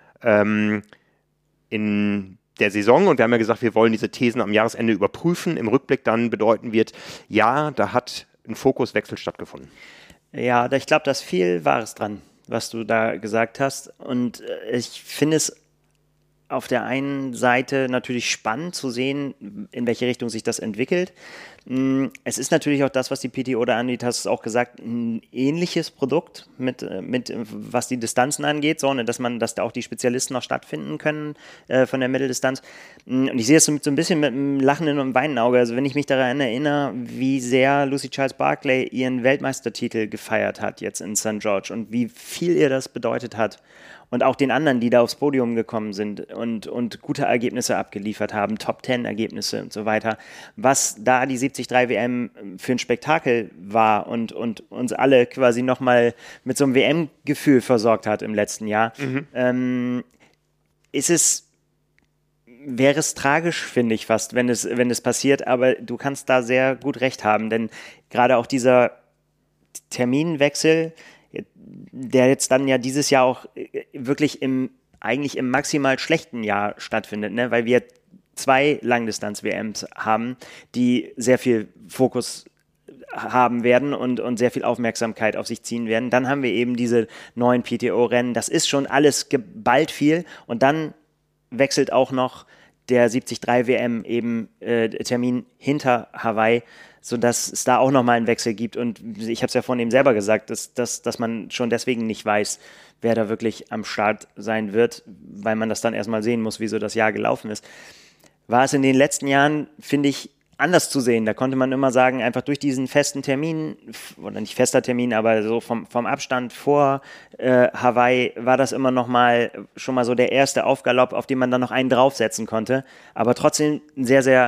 in der Saison, und wir haben ja gesagt, wir wollen diese Thesen am Jahresende überprüfen, im Rückblick dann bedeuten wird, ja, da hat ein Fokuswechsel stattgefunden.
Ja, ich glaube, da ist viel Wahres dran, was du da gesagt hast und ich finde es auf der einen Seite natürlich spannend zu sehen, in welche Richtung sich das entwickelt. Es ist natürlich auch das, was die PTO da anbietet, hast du auch gesagt, ein ähnliches Produkt mit was die Distanzen angeht, so, dass da auch die Spezialisten noch stattfinden können von der Mitteldistanz. Und ich sehe es so ein bisschen mit einem lachenden und weinenden Auge. Also wenn ich mich daran erinnere, wie sehr Lucy Charles Barclay ihren Weltmeistertitel gefeiert hat jetzt in St. George und wie viel ihr das bedeutet hat. Und auch den anderen, die da aufs Podium gekommen sind und gute Ergebnisse abgeliefert haben, Top-10-Ergebnisse und so weiter, was da die 73 WM für ein Spektakel war und uns alle quasi nochmal mit so einem WM-Gefühl versorgt hat im letzten Jahr, wäre es tragisch, finde ich fast, wenn es passiert, aber du kannst da sehr gut recht haben, denn gerade auch dieser Terminwechsel, der jetzt dann ja dieses Jahr auch wirklich eigentlich im maximal schlechten Jahr stattfindet, ne? Weil wir 2 Langdistanz-WMs haben, die sehr viel Fokus haben werden und sehr viel Aufmerksamkeit auf sich ziehen werden. Dann haben wir eben diese neuen PTO-Rennen. Das ist schon alles geballt viel und dann wechselt auch noch der 73 WM eben Termin hinter Hawaii, sodass es da auch nochmal einen Wechsel gibt. Und ich habe es ja vorhin eben selber gesagt, dass man schon deswegen nicht weiß, wer da wirklich am Start sein wird, weil man das dann erstmal sehen muss, wie so das Jahr gelaufen ist. War es in den letzten Jahren, finde ich, anders zu sehen. Da konnte man immer sagen, einfach durch diesen festen Termin, oder nicht fester Termin, aber so vom Abstand vor Hawaii war das immer schon mal so der erste Aufgalopp, auf den man dann noch einen draufsetzen konnte. Aber trotzdem ein sehr, sehr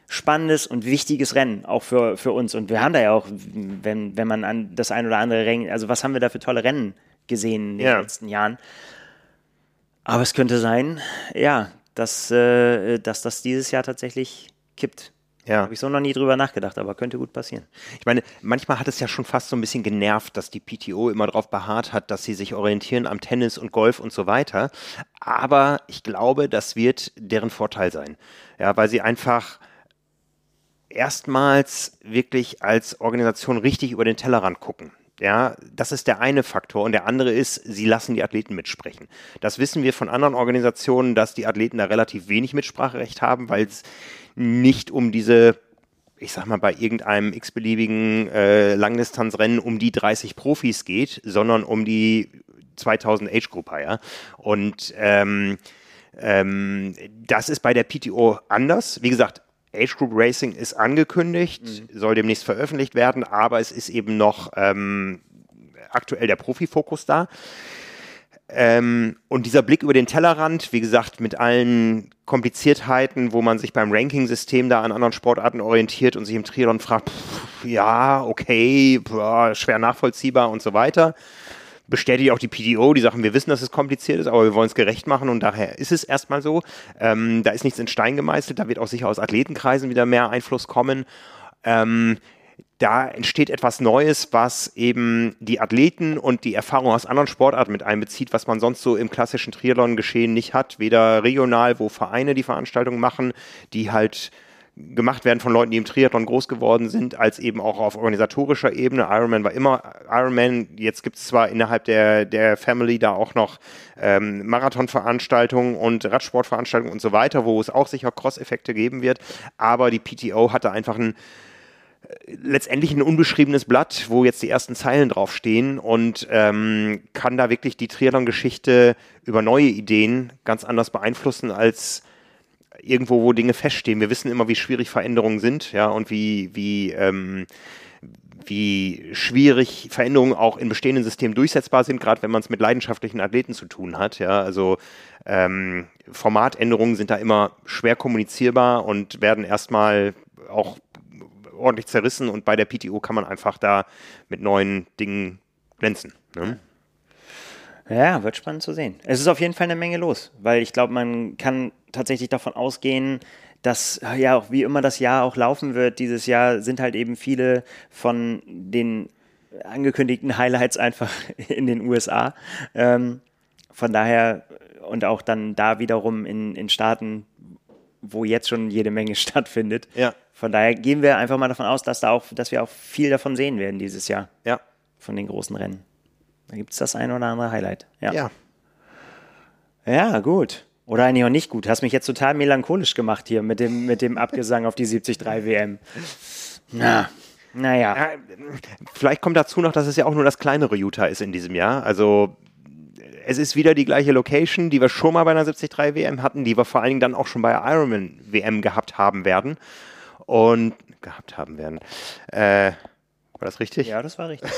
spannendes und wichtiges Rennen, auch für uns. Und wir haben da ja auch, wenn man an das ein oder andere Rennen, also was haben wir da für tolle Rennen gesehen in den letzten Jahren. Aber es könnte sein, ja, dass das dieses Jahr tatsächlich kippt.
Ja.
Habe ich so noch nie drüber nachgedacht, aber könnte gut passieren.
Ich meine, manchmal hat es ja schon fast so ein bisschen genervt, dass die PTO immer darauf beharrt hat, dass sie sich orientieren am Tennis und Golf und so weiter. Aber ich glaube, das wird deren Vorteil sein. Ja, weil sie einfach erstmals wirklich als Organisation richtig über den Tellerrand gucken. Ja, das ist der eine Faktor. Und der andere ist, sie lassen die Athleten mitsprechen. Das wissen wir von anderen Organisationen, dass die Athleten da relativ wenig Mitspracherecht haben, weil es nicht um diese, ich sag mal, bei irgendeinem x-beliebigen Langdistanzrennen um die 30 Profis geht, sondern um die 2000 Age-Grupper, ja. Und das ist bei der PTO anders. Wie gesagt, Age Group Racing ist angekündigt, soll demnächst veröffentlicht werden, aber es ist eben noch aktuell der Profifokus da. Und dieser Blick über den Tellerrand, wie gesagt, mit allen Kompliziertheiten, wo man sich beim Ranking-System da an anderen Sportarten orientiert und sich im Triathlon fragt, ja, okay, schwer nachvollziehbar und so weiter. Bestätigt auch die PTO, die sagen, wir wissen, dass es kompliziert ist, aber wir wollen es gerecht machen und daher ist es erstmal so. Da ist nichts in Stein gemeißelt, da wird auch sicher aus Athletenkreisen wieder mehr Einfluss kommen. Da entsteht etwas Neues, was eben die Athleten und die Erfahrung aus anderen Sportarten mit einbezieht, was man sonst so im klassischen Triathlon-Geschehen nicht hat. Weder regional, wo Vereine die Veranstaltungen machen, die halt gemacht werden von Leuten, die im Triathlon groß geworden sind, als eben auch auf organisatorischer Ebene. Ironman war immer Ironman. Jetzt gibt es zwar innerhalb der Family da auch noch Marathonveranstaltungen und Radsportveranstaltungen und so weiter, wo es auch sicher Cross-Effekte geben wird, aber die PTO hatte einfach letztendlich ein unbeschriebenes Blatt, wo jetzt die ersten Zeilen draufstehen und kann da wirklich die Triathlon-Geschichte über neue Ideen ganz anders beeinflussen als irgendwo, wo Dinge feststehen. Wir wissen immer, wie schwierig Veränderungen sind, ja, und wie schwierig Veränderungen auch in bestehenden Systemen durchsetzbar sind, gerade wenn man es mit leidenschaftlichen Athleten zu tun hat, ja, also Formatänderungen sind da immer schwer kommunizierbar und werden erstmal auch ordentlich zerrissen und bei der PTO kann man einfach da mit neuen Dingen glänzen, ne?
Ja, wird spannend zu sehen. Es ist auf jeden Fall eine Menge los, weil ich glaube, man kann tatsächlich davon ausgehen, dass ja auch wie immer das Jahr auch laufen wird. Dieses Jahr sind halt eben viele von den angekündigten Highlights einfach in den USA. Von daher und auch dann da wiederum in Staaten, wo jetzt schon jede Menge stattfindet.
Ja.
Von daher gehen wir einfach mal davon aus, dass wir auch viel davon sehen werden dieses Jahr.
Ja.
Von den großen Rennen. Da gibt es das ein oder andere Highlight.
Ja.
Ja, gut. Oder eigentlich auch nicht gut. Hast mich jetzt total melancholisch gemacht hier mit dem Abgesang auf die 73 WM. Naja.
Vielleicht kommt dazu noch, dass es ja auch nur das kleinere Utah ist in diesem Jahr. Also es ist wieder die gleiche Location, die wir schon mal bei einer 73 WM hatten, die wir vor allen Dingen dann auch schon bei Ironman WM gehabt haben werden. War das richtig?
Ja, das war richtig.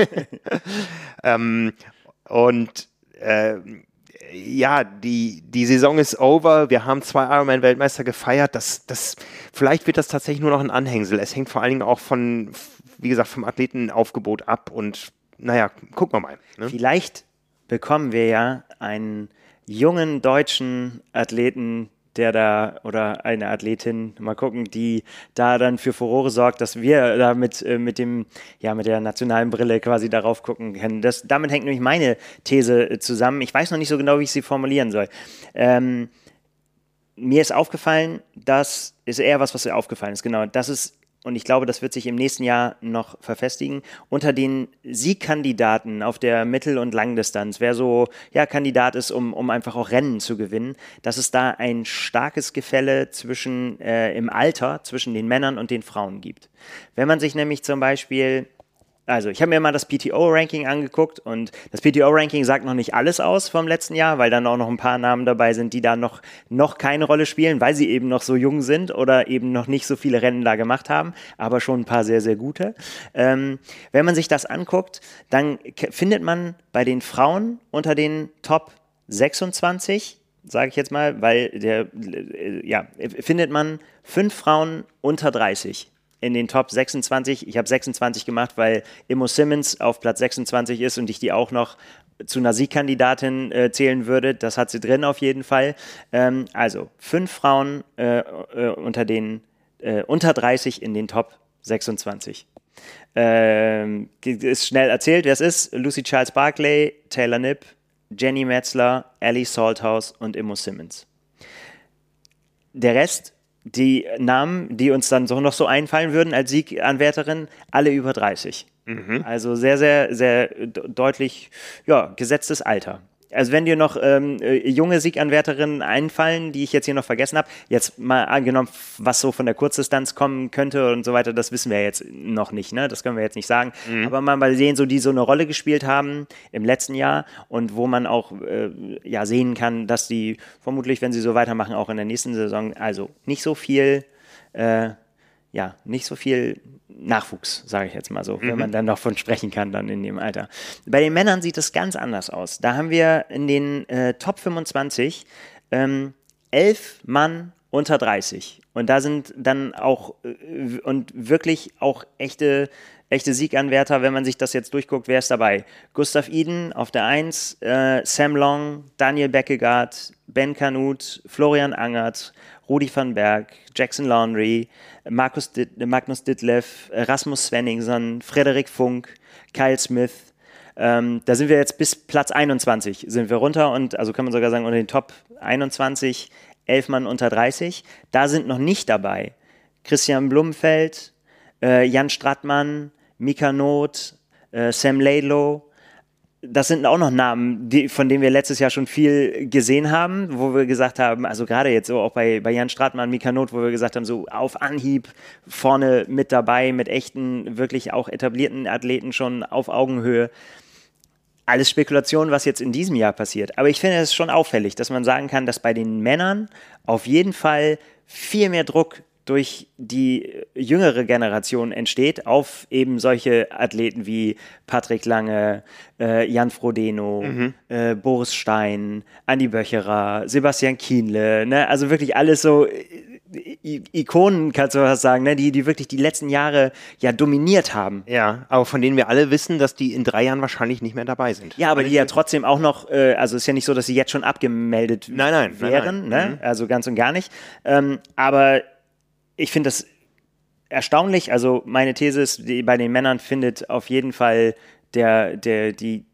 Ja, die Saison ist over. Wir haben 2 Ironman-Weltmeister gefeiert. Vielleicht wird das tatsächlich nur noch ein Anhängsel. Es hängt vor allen Dingen auch vom Athletenaufgebot ab. Und naja, gucken wir mal. Ne?
Vielleicht bekommen wir ja einen jungen deutschen Athleten, oder eine Athletin, mal gucken, die da dann für Furore sorgt, dass wir da mit der nationalen Brille quasi darauf gucken können. Damit hängt nämlich meine These zusammen. Ich weiß noch nicht so genau, wie ich sie formulieren soll. Mir ist aufgefallen, das ist eher was mir aufgefallen ist, genau, das ist, und ich glaube, das wird sich im nächsten Jahr noch verfestigen, unter den Siegkandidaten auf der Mittel- und Langdistanz, wer so Kandidat ist, um einfach auch Rennen zu gewinnen, dass es da ein starkes Gefälle im Alter zwischen den Männern und den Frauen gibt. Wenn man sich nämlich zum Beispiel, also ich habe mir mal das PTO-Ranking angeguckt und das PTO-Ranking sagt noch nicht alles aus vom letzten Jahr, weil dann auch noch ein paar Namen dabei sind, die da noch keine Rolle spielen, weil sie eben noch so jung sind oder eben noch nicht so viele Rennen da gemacht haben, aber schon ein paar sehr, sehr gute. Wenn man sich das anguckt, dann findet man bei den Frauen unter den Top 26 sage ich jetzt mal, weil findet man 5 Frauen unter 30 in den Top 26. Ich habe 26 gemacht, weil Immo Simmons auf Platz 26 ist und ich die auch noch zu einer Siegkandidatin zählen würde. Das hat sie drin auf jeden Fall. Also 5 Frauen unter 30 in den Top 26. Ist schnell erzählt, wer es ist. Lucy Charles Barclay, Taylor Knipp, Jenny Metzler, Ellie Salthouse und Immo Simmons. Der Rest, die Namen, die uns dann noch so einfallen würden als Sieganwärterin, alle über 30. Also sehr, sehr, sehr deutlich gesetztes Alter. Also wenn dir noch junge Sieganwärterinnen einfallen, die ich jetzt hier noch vergessen habe, jetzt mal angenommen, was so von der Kurzdistanz kommen könnte und so weiter, das wissen wir jetzt noch nicht, ne? Das können wir jetzt nicht sagen. Aber mal sehen, so die so eine Rolle gespielt haben im letzten Jahr und wo man auch sehen kann, dass die vermutlich, wenn sie so weitermachen, auch in der nächsten Saison, also nicht so viel Nachwuchs, sage ich jetzt mal so, wenn man dann noch von sprechen kann, dann in dem Alter. Bei den Männern sieht es ganz anders aus. Da haben wir in den Top 25 11 Mann unter 30. Und da sind dann auch und wirklich auch echte Sieganwärter, wenn man sich das jetzt durchguckt, wer ist dabei? Gustav Iden auf der 1, Sam Long, Daniel Beckegaard, Ben Kanut, Florian Angert, Rudi van Berg, Jackson Laundry, Magnus Ditlev, Rasmus Svenningsson, Frederik Funk, Kyle Smith. Da sind wir jetzt bis Platz 21 sind wir runter und also kann man sogar sagen unter den Top 21 11 Mann unter 30. Da sind noch nicht dabei Christian Blumenfeld, Jan Strattmann, Mika Not, Sam Laidlow. Das sind auch noch Namen, von denen wir letztes Jahr schon viel gesehen haben, wo wir gesagt haben, also gerade jetzt so auch bei Jan Strattmann, Mika Not, wo wir gesagt haben, so auf Anhieb vorne mit dabei, mit echten, wirklich auch etablierten Athleten schon auf Augenhöhe. Alles Spekulation, was jetzt in diesem Jahr passiert. Aber ich finde es schon auffällig, dass man sagen kann, dass bei den Männern auf jeden Fall viel mehr Druck durch die jüngere Generation entsteht, auf eben solche Athleten wie Patrick Lange, Jan Frodeno, Boris Stein, Andi Böcherer, Sebastian Kienle, ne? Also wirklich alles so Ikonen, kannst du was sagen, ne? Die wirklich die letzten Jahre ja dominiert haben.
Ja, aber von denen wir alle wissen, dass die in 3 Jahren wahrscheinlich nicht mehr dabei sind.
Ja, aber die ja trotzdem auch noch, also ist ja nicht so, dass sie jetzt schon abgemeldet wären, ne? Also ganz und gar nicht. Aber ich finde das erstaunlich. Also meine These ist, bei den Männern findet auf jeden Fall wie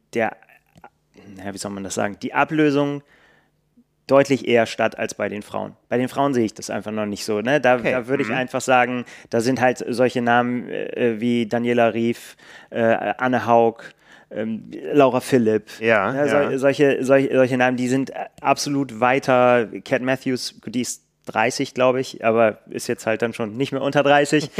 soll man das sagen, die Ablösung deutlich eher statt als bei den Frauen. Bei den Frauen sehe ich das einfach noch nicht so. Ne? Da würde ich einfach sagen, da sind halt solche Namen wie Daniela Rief, Anne Haug, Laura Philipp, solche Namen, die sind absolut weiter. Cat Matthews, die ist 30, glaube ich, aber ist jetzt halt dann schon nicht mehr unter 30.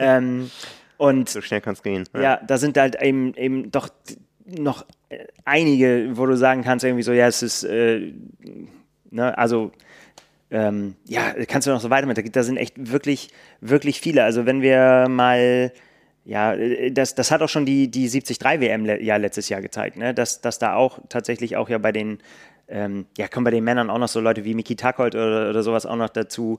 Und
so schnell kann es gehen.
Ja, da sind halt eben doch noch einige, wo du sagen kannst, irgendwie so, ja, es ist, kannst du noch so weitermachen. Da sind echt wirklich, wirklich viele. Also wenn wir mal, das hat auch schon die 73-WM letztes Jahr gezeigt, ne? Dass da auch tatsächlich auch ja bei den kommen bei den Männern auch noch so Leute wie Miki Tackholt oder sowas auch noch dazu.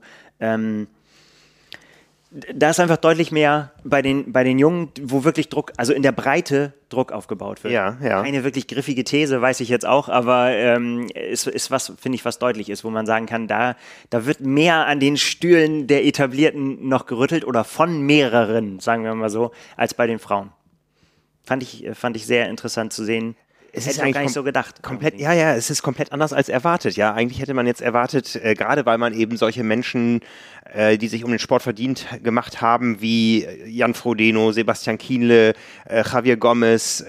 Da ist einfach deutlich mehr bei den Jungen, wo wirklich Druck, also in der Breite Druck aufgebaut wird.
Ja.
Keine wirklich griffige These, weiß ich jetzt auch, aber ist was, finde ich, was deutlich ist, wo man sagen kann, da wird mehr an den Stühlen der Etablierten noch gerüttelt oder von mehreren, sagen wir mal so, als bei den Frauen. Fand ich sehr interessant zu sehen.
Es
hätte
ist
ich
eigentlich
gar nicht so gedacht.
Komplett, es ist komplett anders als erwartet. Ja, eigentlich hätte man jetzt erwartet, gerade weil man eben solche Menschen, die sich um den Sport verdient gemacht haben, wie Jan Frodeno, Sebastian Kienle, Javier Gomez,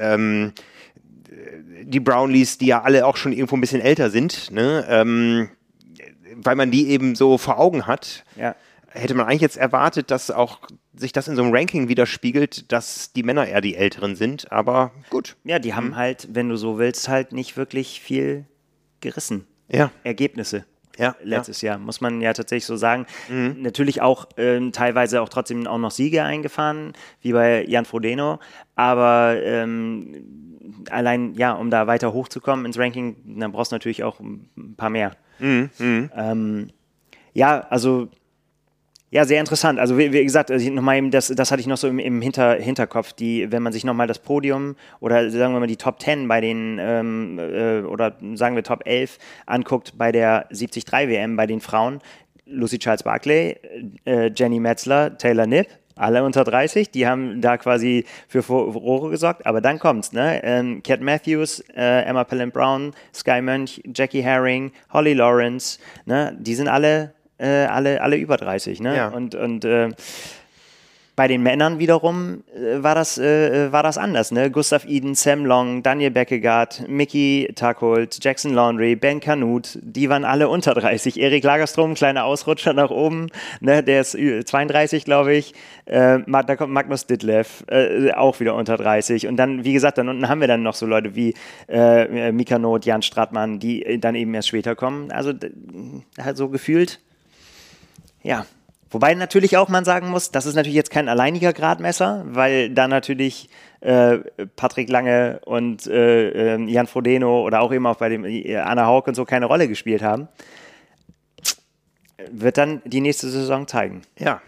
die Brownlees, die ja alle auch schon irgendwo ein bisschen älter sind, ne? Weil man die eben so vor Augen hat.
Ja.
Hätte man eigentlich jetzt erwartet, dass auch sich das in so einem Ranking widerspiegelt, dass die Männer eher die Älteren sind, aber gut.
Ja, die haben halt, wenn du so willst, halt nicht wirklich viel gerissen.
Ja.
Ergebnisse.
Ja,
letztes Jahr, muss man ja tatsächlich so sagen. Natürlich auch teilweise auch trotzdem auch noch Siege eingefahren, wie bei Jan Frodeno, aber allein, ja, um da weiter hochzukommen ins Ranking, dann brauchst du natürlich auch ein paar mehr. Ja, also ja, sehr interessant. Also wie gesagt, nochmal eben das hatte ich noch so im Hinterkopf, wenn man sich nochmal das Podium oder sagen wir mal die Top 10 bei den oder sagen wir Top 11 anguckt bei der 73 WM bei den Frauen, Lucy Charles-Barclay, Jenny Metzler, Taylor Knipp, alle unter 30, die haben da quasi für Furore gesorgt, aber dann kommt's, ne? Cat Matthews, Emma Pellin-Brown, Sky Mönch, Jackie Herring, Holly Lawrence, ne? Die sind alle über 30, ne?
Ja.
Und bei den Männern wiederum war das anders, ne? Gustav Iden, Sam Long, Daniel Beckegaard, Mickey Tuckholt, Jackson Laundry, Ben Canute, die waren alle unter 30. Erik Lagerstrom, kleiner Ausrutscher nach oben, ne? Der ist 32, glaube ich. Da kommt Magnus Ditlev, auch wieder unter 30. Und dann, wie gesagt, dann unten haben wir dann noch so Leute wie Mika Not, Jan Stratmann, die dann eben erst später kommen. Also halt so gefühlt, ja. Wobei natürlich auch man sagen muss, das ist natürlich jetzt kein alleiniger Gradmesser, weil da natürlich Patrick Lange und Jan Frodeno oder auch eben auch bei dem Anna Haug und so keine Rolle gespielt haben. Wird dann die nächste Saison zeigen.
Ja.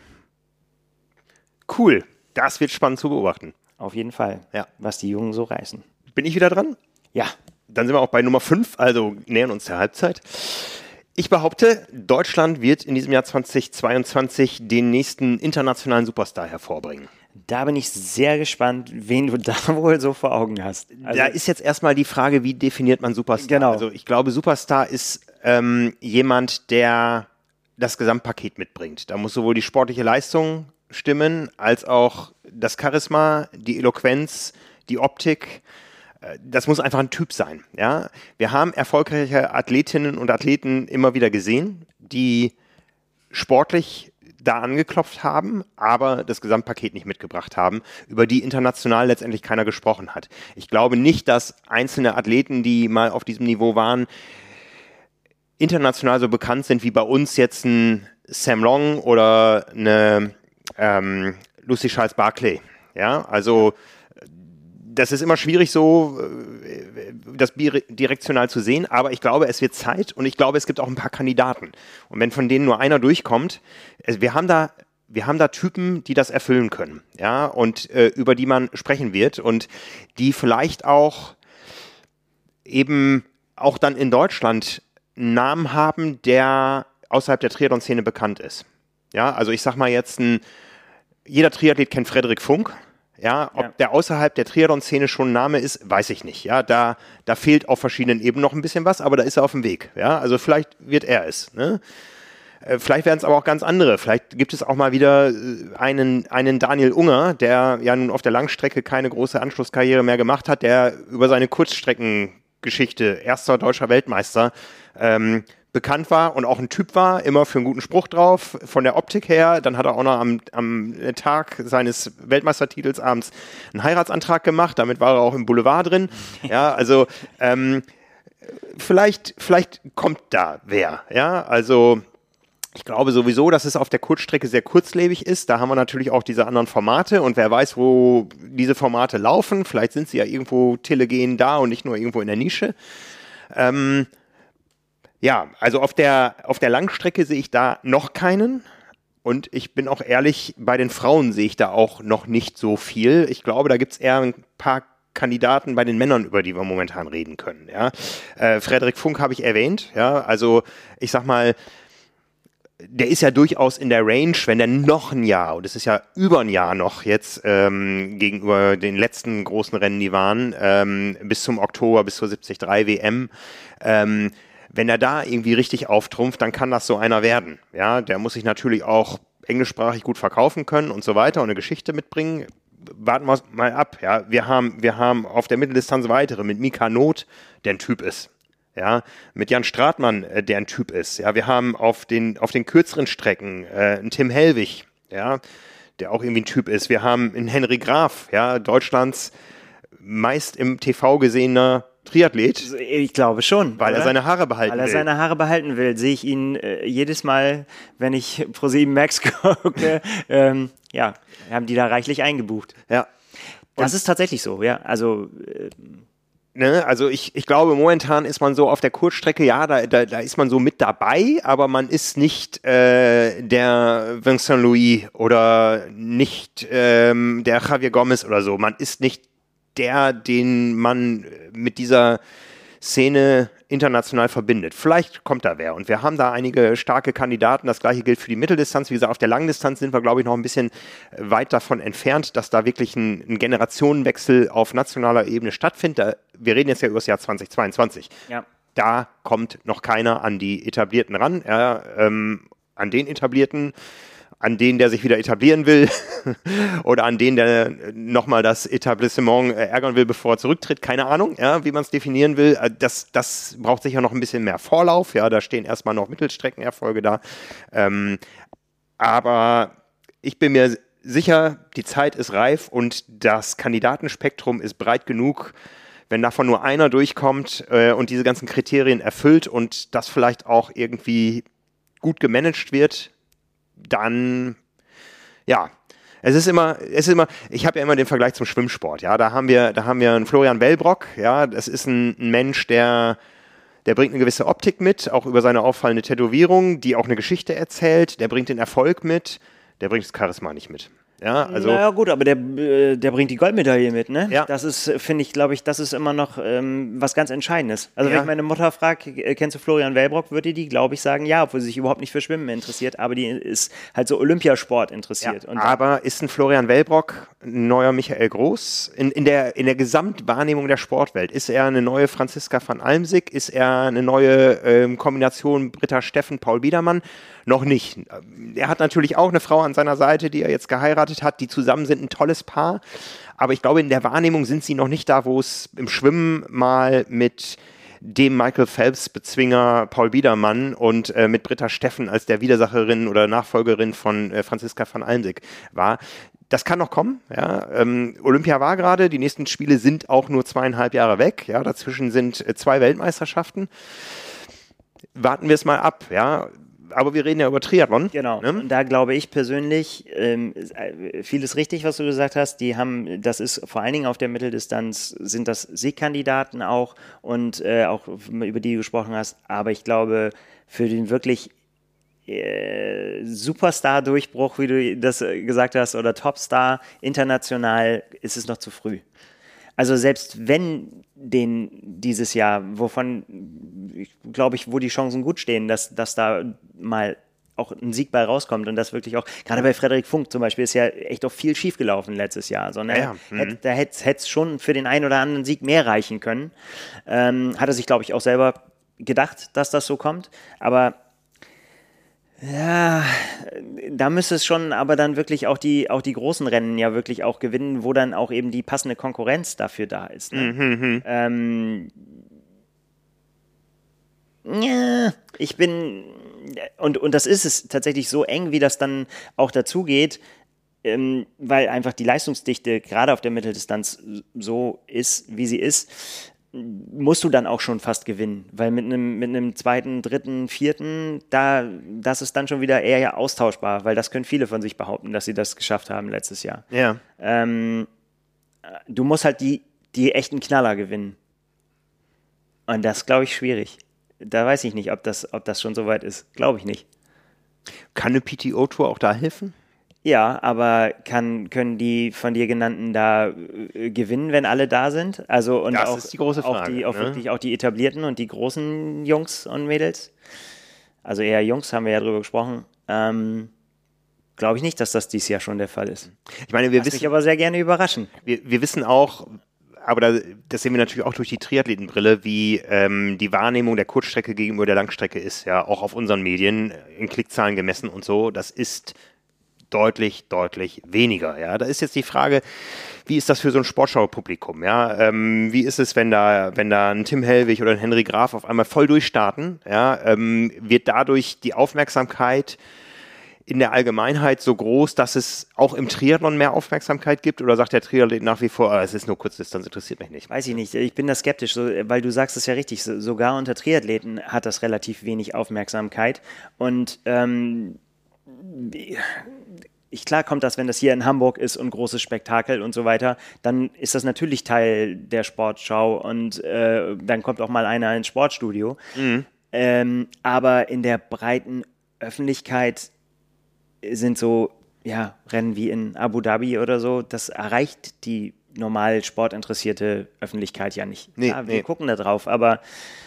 Cool. Das wird spannend zu beobachten.
Auf jeden Fall.
Ja.
Was die Jungen so reißen.
Bin ich wieder dran?
Ja.
Dann sind wir auch bei Nummer 5, also nähern uns der Halbzeit. Ich behaupte, Deutschland wird in diesem Jahr 2022 den nächsten internationalen Superstar hervorbringen.
Da bin ich sehr gespannt, wen du da wohl so vor Augen hast.
Also, da ist jetzt erstmal die Frage, wie definiert man Superstar?
Genau.
Also ich glaube, Superstar ist jemand, der das Gesamtpaket mitbringt. Da muss sowohl die sportliche Leistung stimmen, als auch das Charisma, die Eloquenz, die Optik. Das muss einfach ein Typ sein. Ja? Wir haben erfolgreiche Athletinnen und Athleten immer wieder gesehen, die sportlich da angeklopft haben, aber das Gesamtpaket nicht mitgebracht haben, über die international letztendlich keiner gesprochen hat. Ich glaube nicht, dass einzelne Athleten, die mal auf diesem Niveau waren, international so bekannt sind wie bei uns jetzt ein Sam Long oder eine Lucy Charles-Barclay. Ja, also das ist immer schwierig so, das direktional zu sehen, aber ich glaube, es wird Zeit und ich glaube, es gibt auch ein paar Kandidaten. Und wenn von denen nur einer durchkommt, wir haben da Typen, die das erfüllen können, ja, und über die man sprechen wird und die vielleicht auch eben auch dann in Deutschland einen Namen haben, der außerhalb der Triathlon-Szene bekannt ist. Ja, also ich sag mal jetzt, jeder Triathlet kennt Frederik Funk. Ja, ob der außerhalb der Triathlon-Szene schon ein Name ist, weiß ich nicht. Ja, da fehlt auf verschiedenen Ebenen noch ein bisschen was, aber da ist er auf dem Weg. Ja, also vielleicht wird er es. Ne? Vielleicht werden es aber auch ganz andere. Vielleicht gibt es auch mal wieder einen Daniel Unger, der ja nun auf der Langstrecke keine große Anschlusskarriere mehr gemacht hat, der über seine Kurzstreckengeschichte erster deutscher Weltmeister bekannt war und auch ein Typ war, immer für einen guten Spruch drauf, von der Optik her. Dann hat er auch noch am Tag seines Weltmeistertitels abends einen Heiratsantrag gemacht, damit war er auch im Boulevard drin. Ja, also vielleicht kommt da wer. Ja, also ich glaube sowieso, dass es auf der Kurzstrecke sehr kurzlebig ist. Da haben wir natürlich auch diese anderen Formate und wer weiß, wo diese Formate laufen. Vielleicht sind sie ja irgendwo telegen da und nicht nur irgendwo in der Nische. Ja, also auf der Langstrecke sehe ich da noch keinen und ich bin auch ehrlich, bei den Frauen sehe ich da auch noch nicht so viel. Ich glaube, da gibt es eher ein paar Kandidaten bei den Männern, über die wir momentan reden können. Ja? Frederik Funk habe ich erwähnt, ja, also ich sag mal, der ist ja durchaus in der Range, wenn der noch ein Jahr, und es ist ja über ein Jahr noch jetzt gegenüber den letzten großen Rennen, die waren, bis zum Oktober, bis zur 73 WM, wenn er da irgendwie richtig auftrumpft, dann kann das so einer werden. Ja, der muss sich natürlich auch englischsprachig gut verkaufen können und so weiter und eine Geschichte mitbringen. Warten wir mal ab. Ja, wir haben auf der Mitteldistanz weitere mit Mika Not, der ein Typ ist. Ja, mit Jan Stratmann, der ein Typ ist. Ja, wir haben auf den kürzeren Strecken einen Tim Hellwig, ja, der auch irgendwie ein Typ ist. Wir haben einen Henry Graf, ja, Deutschlands meist im TV gesehener Triathlet.
Ich glaube schon.
Weil er seine Haare behalten will.
Weil er seine Haare behalten will, sehe ich ihn jedes Mal, wenn ich Pro7 Max gucke, haben die da reichlich eingebucht.
Ja.
Das ist tatsächlich so, ja. Also
Ne, also ich glaube, momentan ist man so auf der Kurzstrecke, ja, da ist man so mit dabei, aber man ist nicht der Vincent Louis oder nicht der Javier Gomez oder so. Man ist nicht der, den man mit dieser Szene international verbindet. Vielleicht kommt da wer. Und wir haben da einige starke Kandidaten. Das gleiche gilt für die Mitteldistanz. Wie gesagt, auf der Langdistanz sind wir, glaube ich, noch ein bisschen weit davon entfernt, dass da wirklich ein Generationenwechsel auf nationaler Ebene stattfindet. Wir reden jetzt ja über das Jahr 2022.
Ja.
Da kommt noch keiner an die Etablierten ran. Ja, an den Etablierten, an den, der sich wieder etablieren will oder an den, der nochmal das Etablissement ärgern will, bevor er zurücktritt. Keine Ahnung, ja, wie man es definieren will. Das braucht sicher noch ein bisschen mehr Vorlauf. Ja, da stehen erstmal noch Mittelstreckenerfolge da. Aber ich bin mir sicher, die Zeit ist reif und das Kandidatenspektrum ist breit genug, wenn davon nur einer durchkommt und diese ganzen Kriterien erfüllt und das vielleicht auch irgendwie gut gemanagt wird, dann, ja, es ist immer, ich habe ja immer den Vergleich zum Schwimmsport, ja, da haben wir einen Florian Wellbrock, ja, das ist ein Mensch, der bringt eine gewisse Optik mit, auch über seine auffallende Tätowierung, die auch eine Geschichte erzählt, der bringt den Erfolg mit, der bringt das Charisma nicht mit. Ja, also
naja gut, aber der bringt die Goldmedaille mit, ne?
Ja.
Das ist, finde ich, glaube ich, das ist immer noch was ganz Entscheidendes. Also
Ja.
wenn ich meine Mutter frage, kennst du Florian Wellbrock, würde die, glaube ich, sagen, ja, obwohl sie sich überhaupt nicht für Schwimmen interessiert, aber die ist halt so Olympiasport interessiert.
Ja,
Und
aber ist ein Florian Wellbrock ein neuer Michael Groß? In der Gesamtwahrnehmung der Sportwelt, ist er eine neue Franziska van Almsick? Ist er eine neue Kombination Britta Steffen, Paul Biedermann? Noch nicht. Er hat natürlich auch eine Frau an seiner Seite, die er jetzt geheiratet hat. Die zusammen sind ein tolles Paar. Aber ich glaube, in der Wahrnehmung sind sie noch nicht da, wo es im Schwimmen mal mit dem Michael Phelps-Bezwinger Paul Biedermann und mit Britta Steffen als der Widersacherin oder Nachfolgerin von Franziska van Almsick war. Das kann noch kommen. Ja. Olympia war gerade, die nächsten Spiele sind auch nur 2,5 Jahre weg. Ja. Dazwischen sind 2 Weltmeisterschaften. Warten wir es mal ab. Ja. Aber wir reden ja über Triathlon.
genau,
Ne?
und da glaube ich persönlich, vieles richtig, was du gesagt hast, das ist vor allen Dingen auf der Mitteldistanz, sind das Siegkandidaten auch und auch über die du gesprochen hast, aber ich glaube, für den wirklich Superstar-Durchbruch, wie du das gesagt hast, oder Topstar international, ist es noch zu früh. Also selbst wenn dieses Jahr, wovon, glaube ich, wo die Chancen gut stehen, dass da mal auch ein Sieg bei rauskommt und das wirklich auch, gerade bei Frederik Funk zum Beispiel, ist ja echt auch viel schiefgelaufen letztes Jahr. So, ne? Da hätte es schon für den einen oder anderen Sieg mehr reichen können. Hat er sich, glaube ich, auch selber gedacht, dass das so kommt. Aber ja, da müsste es schon aber dann wirklich auch die großen Rennen ja wirklich auch gewinnen, wo dann auch eben die passende Konkurrenz dafür da ist. Ne? Ja, ich bin, und das ist es tatsächlich so eng, wie das dann auch dazu geht, weil einfach die Leistungsdichte gerade auf der Mitteldistanz so ist, wie sie ist, musst du dann auch schon fast gewinnen, weil mit einem zweiten, dritten, vierten, das ist dann schon wieder eher austauschbar, weil das können viele von sich behaupten, dass sie das geschafft haben letztes Jahr.
Ja.
Du musst halt die echten Knaller gewinnen. Und das glaube ich schwierig. Da weiß ich nicht, ob das schon so weit ist. Glaube ich nicht.
Kann eine PTO-Tour auch da helfen?
Ja, aber können die von dir genannten da gewinnen, wenn alle da sind? Also und
Das
auch,
ist die große Frage,
auch wirklich auch die etablierten und die großen Jungs und Mädels? Also eher Jungs, haben wir ja drüber gesprochen. Glaube ich nicht, dass das dieses Jahr schon der Fall ist.
Ich meine,
Lass mich aber sehr gerne überraschen.
Wir wissen auch, aber das sehen wir natürlich auch durch die Triathletenbrille, wie die Wahrnehmung der Kurzstrecke gegenüber der Langstrecke ist, ja, auch auf unseren Medien in Klickzahlen gemessen und so. Das ist deutlich, deutlich weniger. Ja, da ist jetzt die Frage, wie ist das für so ein Sportschau-Publikum? Ja, wie ist es, wenn da ein Tim Hellwig oder ein Henry Graf auf einmal voll durchstarten? Ja, wird dadurch die Aufmerksamkeit in der Allgemeinheit so groß, dass es auch im Triathlon mehr Aufmerksamkeit gibt? Oder sagt der Triathlet nach wie vor, es ist nur Kurzdistanz, interessiert mich nicht?
Weiß ich nicht. Ich bin da skeptisch, weil du sagst es ja richtig. Sogar unter Triathleten hat das relativ wenig Aufmerksamkeit. Und klar kommt das, wenn das hier in Hamburg ist und großes Spektakel und so weiter, dann ist das natürlich Teil der Sportschau und dann kommt auch mal einer ins Sportstudio. Aber in der breiten Öffentlichkeit sind so Rennen wie in Abu Dhabi oder so, das erreicht die normal sportinteressierte Öffentlichkeit ja nicht. Wir gucken da drauf, aber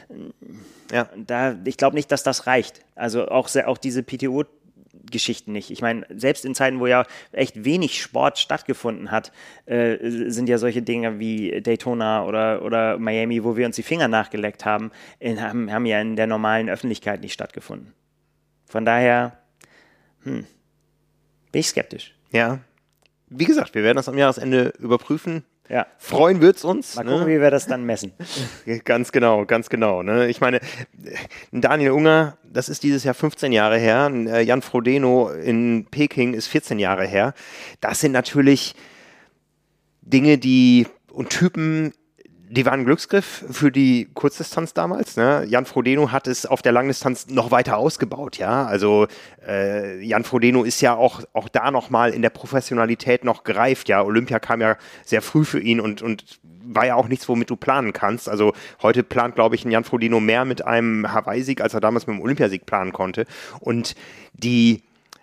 ich glaube nicht, dass das reicht. Also auch diese PTO-Geschichten nicht. Ich meine, selbst in Zeiten, wo ja echt wenig Sport stattgefunden hat, sind ja solche Dinge wie Daytona oder Miami, wo wir uns die Finger nachgeleckt haben, haben ja in der normalen Öffentlichkeit nicht stattgefunden. Von daher, bin ich skeptisch.
Ja. Wie gesagt, wir werden das am Jahresende überprüfen.
Ja.
Freuen wird's uns.
Mal gucken, wie wir das dann messen.
Ganz genau, ganz genau. Ne? Ich meine, Daniel Unger, das ist dieses Jahr 15 Jahre her. Jan Frodeno in Peking ist 14 Jahre her. Das sind natürlich Dinge, und Typen, die waren ein Glücksgriff für die Kurzdistanz damals. Ne? Jan Frodeno hat es auf der Langdistanz noch weiter ausgebaut. Ja, also Jan Frodeno ist ja auch da nochmal in der Professionalität noch gereift. Ja, Olympia kam ja sehr früh für ihn und war ja auch nichts, womit du planen kannst. Also heute plant, glaube ich, ein Jan Frodeno mehr mit einem Hawaii-Sieg, als er damals mit dem Olympiasieg planen konnte. Und die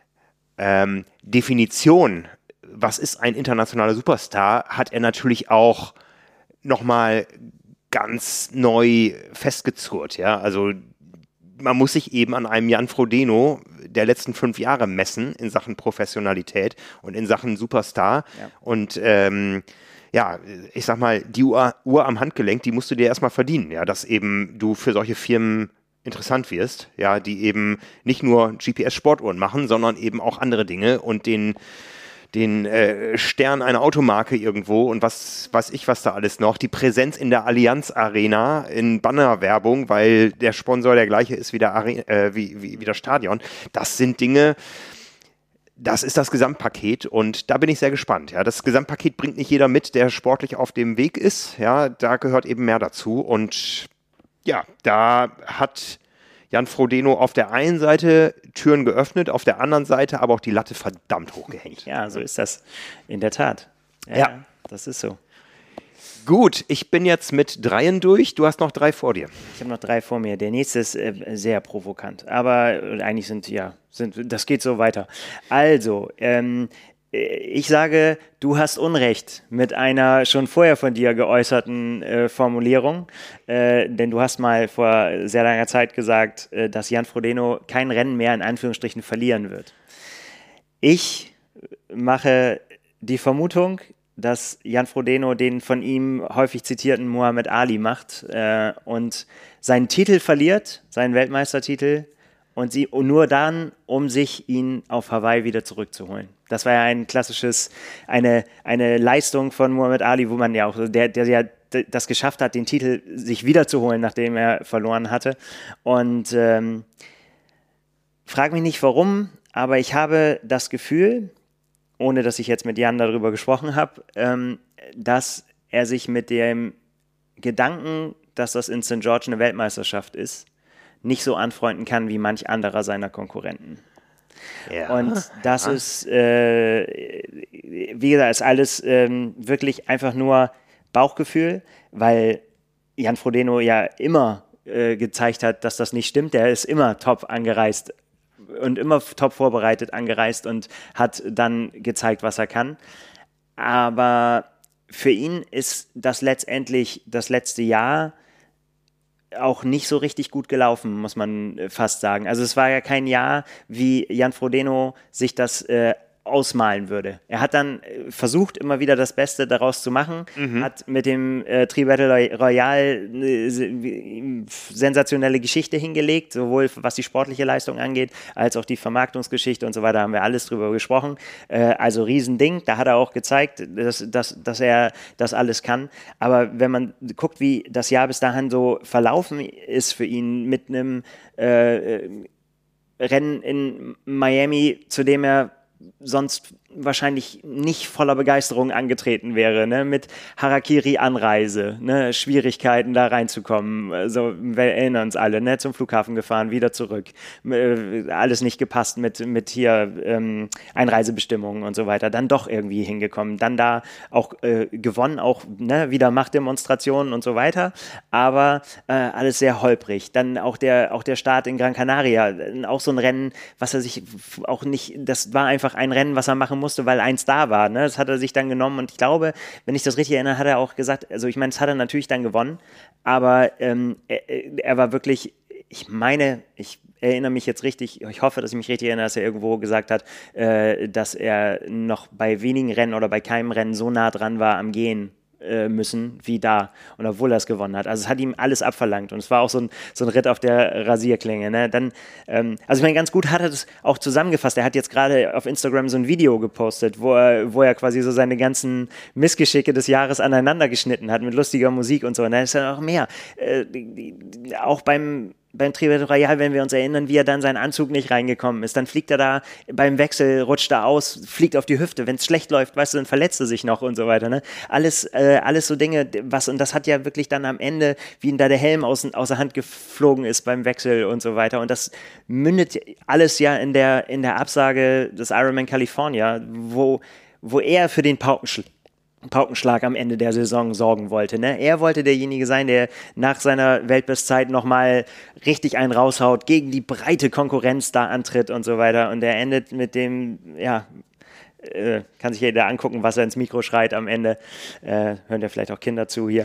Definition, was ist ein internationaler Superstar, hat er natürlich auch nochmal ganz neu festgezurrt, ja, also man muss sich eben an einem Jan Frodeno der letzten 5 Jahre messen in Sachen Professionalität und in Sachen Superstar und ich sag mal, die Uhr am Handgelenk, die musst du dir erstmal verdienen, ja, dass eben du für solche Firmen interessant wirst, ja, die eben nicht nur GPS-Sportuhren machen, sondern eben auch andere Dinge und den Stern einer Automarke irgendwo und was da alles noch, die Präsenz in der Allianz Arena in Bannerwerbung, weil der Sponsor der gleiche ist wie das Stadion. Das sind Dinge, das ist das Gesamtpaket und da bin ich sehr gespannt. Ja, das Gesamtpaket bringt nicht jeder mit, der sportlich auf dem Weg ist. Ja, da gehört eben mehr dazu und ja, da hat Jan Frodeno auf der einen Seite Türen geöffnet, auf der anderen Seite aber auch die Latte verdammt hochgehängt.
Ja, so ist das in der Tat. Ja. Das ist so.
Gut, ich bin jetzt mit 3 durch. Du hast noch 3 vor dir.
Ich habe noch 3 vor mir. Der nächste ist sehr provokant. Aber eigentlich das geht so weiter. Also, ich sage, du hast Unrecht mit einer schon vorher von dir geäußerten Formulierung, denn du hast mal vor sehr langer Zeit gesagt, dass Jan Frodeno kein Rennen mehr in Anführungsstrichen verlieren wird. Ich mache die Vermutung, dass Jan Frodeno den von ihm häufig zitierten Muhammad Ali macht und seinen Titel verliert, seinen Weltmeistertitel, und nur dann, um sich ihn auf Hawaii wieder zurückzuholen. Das war ja eine Leistung von Muhammad Ali, wo man ja auch, der ja das geschafft hat, den Titel sich wiederzuholen, nachdem er verloren hatte. Und frag mich nicht warum, aber ich habe das Gefühl, ohne dass ich jetzt mit Jan darüber gesprochen habe, dass er sich mit dem Gedanken, dass das in St. George eine Weltmeisterschaft ist, nicht so anfreunden kann wie manch anderer seiner Konkurrenten. Ja, und das ist, wie gesagt, ist alles wirklich einfach nur Bauchgefühl, weil Jan Frodeno ja immer gezeigt hat, dass das nicht stimmt. Der ist immer top angereist und immer top vorbereitet angereist und hat dann gezeigt, was er kann. Aber für ihn ist das letztendlich das letzte Jahr auch nicht so richtig gut gelaufen, muss man fast sagen. Also es war ja kein Jahr, wie Jan Frodeno sich das ausmalen würde. Er hat dann versucht, immer wieder das Beste daraus zu machen, hat mit dem Tri-Battle Royale eine sensationelle Geschichte hingelegt, sowohl was die sportliche Leistung angeht, als auch die Vermarktungsgeschichte und so weiter, haben wir alles drüber gesprochen. Also Riesending, da hat er auch gezeigt, dass er das alles kann. Aber wenn man guckt, wie das Jahr bis dahin so verlaufen ist für ihn mit einem Rennen in Miami, zu dem er sonst wahrscheinlich nicht voller Begeisterung angetreten wäre, ne? Mit Harakiri-Anreise, ne? Schwierigkeiten da reinzukommen, also wir erinnern uns alle, ne? Zum Flughafen gefahren, wieder zurück, alles nicht gepasst mit hier Einreisebestimmungen und so weiter, dann doch irgendwie hingekommen, dann da auch gewonnen, auch ne? Wieder Machtdemonstrationen und so weiter, aber alles sehr holprig, dann auch der Start in Gran Canaria, auch so ein Rennen, was er sich auch nicht, das war einfach ein Rennen, was er machen musste, weil eins da war. Ne? Das hat er sich dann genommen und ich glaube, wenn ich das richtig erinnere, hat er auch gesagt, also ich meine, das hat er natürlich dann gewonnen, aber er war wirklich, ich erinnere mich jetzt richtig, ich hoffe, dass ich mich richtig erinnere, dass er irgendwo gesagt hat, dass er noch bei wenigen Rennen oder bei keinem Rennen so nah dran war am Gehen müssen wie da und obwohl er es gewonnen hat. Also es hat ihm alles abverlangt und es war auch so ein Ritt auf der Rasierklinge. Ne? Dann, also ich meine, ganz gut hat er das auch zusammengefasst. Er hat jetzt gerade auf Instagram so ein Video gepostet, wo er quasi so seine ganzen Missgeschicke des Jahres aneinander geschnitten hat mit lustiger Musik und so. Und da ist dann auch mehr. Auch beim Tribute Royal, wenn wir uns erinnern, wie er dann seinen Anzug nicht reingekommen ist, dann fliegt er da beim Wechsel, rutscht er aus, fliegt auf die Hüfte, wenn es schlecht läuft, weißt du, dann verletzt er sich noch und so weiter, ne? Alles so Dinge, und das hat ja wirklich dann am Ende, wie ihm da der Helm aus der Hand geflogen ist beim Wechsel und so weiter und das mündet alles ja in der Absage des Ironman California, wo er für den Paukenschlag am Ende der Saison sorgen wollte. Ne? Er wollte derjenige sein, der nach seiner Weltbestzeit nochmal richtig einen raushaut, gegen die breite Konkurrenz da antritt und so weiter. Und er endet mit dem, ja, kann sich jeder angucken, was er ins Mikro schreit am Ende. Hören ja vielleicht auch Kinder zu hier.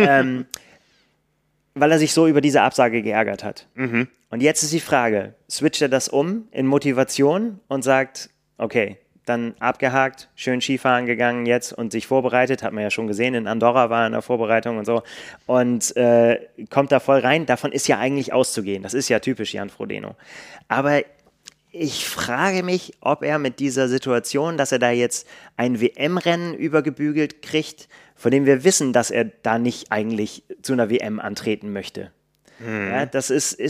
Weil er sich so über diese Absage geärgert hat. Mhm. Und jetzt ist die Frage, switcht er das um in Motivation und sagt, okay, dann abgehakt, schön Skifahren gegangen jetzt und sich vorbereitet, hat man ja schon gesehen, in Andorra war er in der Vorbereitung und so und kommt da voll rein, davon ist ja eigentlich auszugehen, das ist ja typisch Jan Frodeno, aber ich frage mich, ob er mit dieser Situation, dass er da jetzt ein WM-Rennen übergebügelt kriegt, von dem wir wissen, dass er da nicht eigentlich zu einer WM antreten möchte. Ja, das ist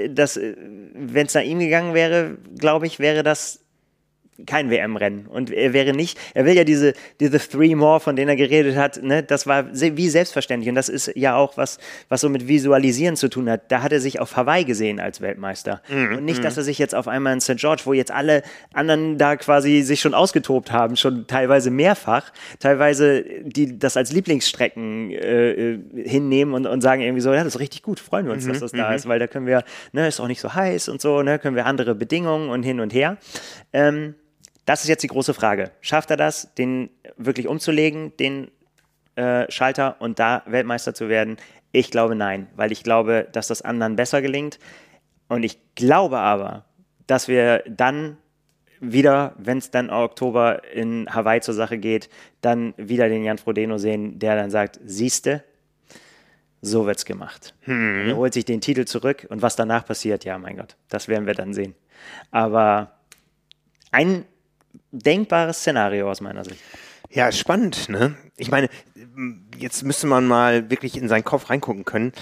wenn es nach ihm gegangen wäre, glaube ich, wäre das kein WM-Rennen. Und er will ja diese Three More, von denen er geredet hat, ne, das war wie selbstverständlich. Und das ist ja auch was so mit Visualisieren zu tun hat. Da hat er sich auf Hawaii gesehen als Weltmeister. Und nicht, dass er sich jetzt auf einmal in St. George, wo jetzt alle anderen da quasi sich schon ausgetobt haben, schon teilweise mehrfach, teilweise die das als Lieblingsstrecken hinnehmen und sagen irgendwie so, ja, das ist richtig gut, freuen wir uns, dass das da ist, weil da können wir, ne, ist auch nicht so heiß und so, ne, können wir andere Bedingungen und hin und her. Das ist jetzt die große Frage. Schafft er das, den wirklich umzulegen, den Schalter und da Weltmeister zu werden? Ich glaube nein, weil ich glaube, dass das anderen besser gelingt. Und ich glaube aber, dass wir dann wieder, wenn es dann im Oktober in Hawaii zur Sache geht, dann wieder den Jan Frodeno sehen, der dann sagt, siehste, so wird's gemacht. Er holt sich den Titel zurück und was danach passiert, ja, mein Gott, das werden wir dann sehen. Aber ein denkbares Szenario aus meiner Sicht.
Ja, spannend, ne? Ich meine, jetzt müsste man mal wirklich in seinen Kopf reingucken können.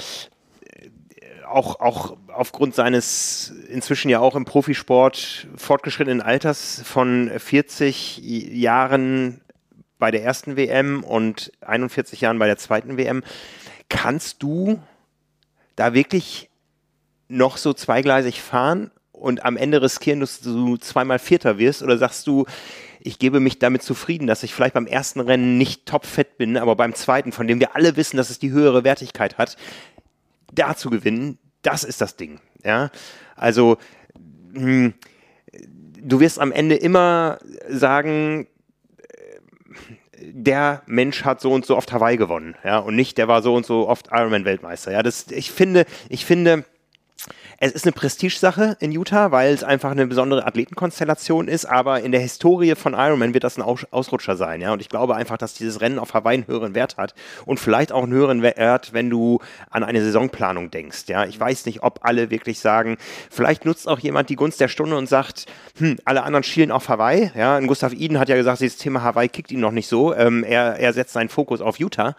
Auch aufgrund seines inzwischen ja auch im Profisport fortgeschrittenen Alters von 40 Jahren bei der ersten WM und 41 Jahren bei der zweiten WM. Kannst du da wirklich noch so zweigleisig fahren und am Ende riskieren, dass du zweimal Vierter wirst? Oder sagst du, ich gebe mich damit zufrieden, dass ich vielleicht beim ersten Rennen nicht topfit bin, aber beim zweiten, von dem wir alle wissen, dass es die höhere Wertigkeit hat, da zu gewinnen, das ist das Ding. Ja? Also du wirst am Ende immer sagen, der Mensch hat so und so oft Hawaii gewonnen, ja, und nicht, der war so und so oft Ironman-Weltmeister. Ja, ich finde, es ist eine Prestigesache in Utah, weil es einfach eine besondere Athletenkonstellation ist, aber in der Historie von Ironman wird das ein Ausrutscher sein, ja, und ich glaube einfach, dass dieses Rennen auf Hawaii einen höheren Wert hat und vielleicht auch einen höheren Wert, wenn du an eine Saisonplanung denkst, ja. Ich weiß nicht, ob alle wirklich sagen, vielleicht nutzt auch jemand die Gunst der Stunde und sagt, alle anderen schielen auf Hawaii, ja, und Gustav Iden hat ja gesagt, dieses Thema Hawaii kickt ihn noch nicht so, er setzt seinen Fokus auf Utah.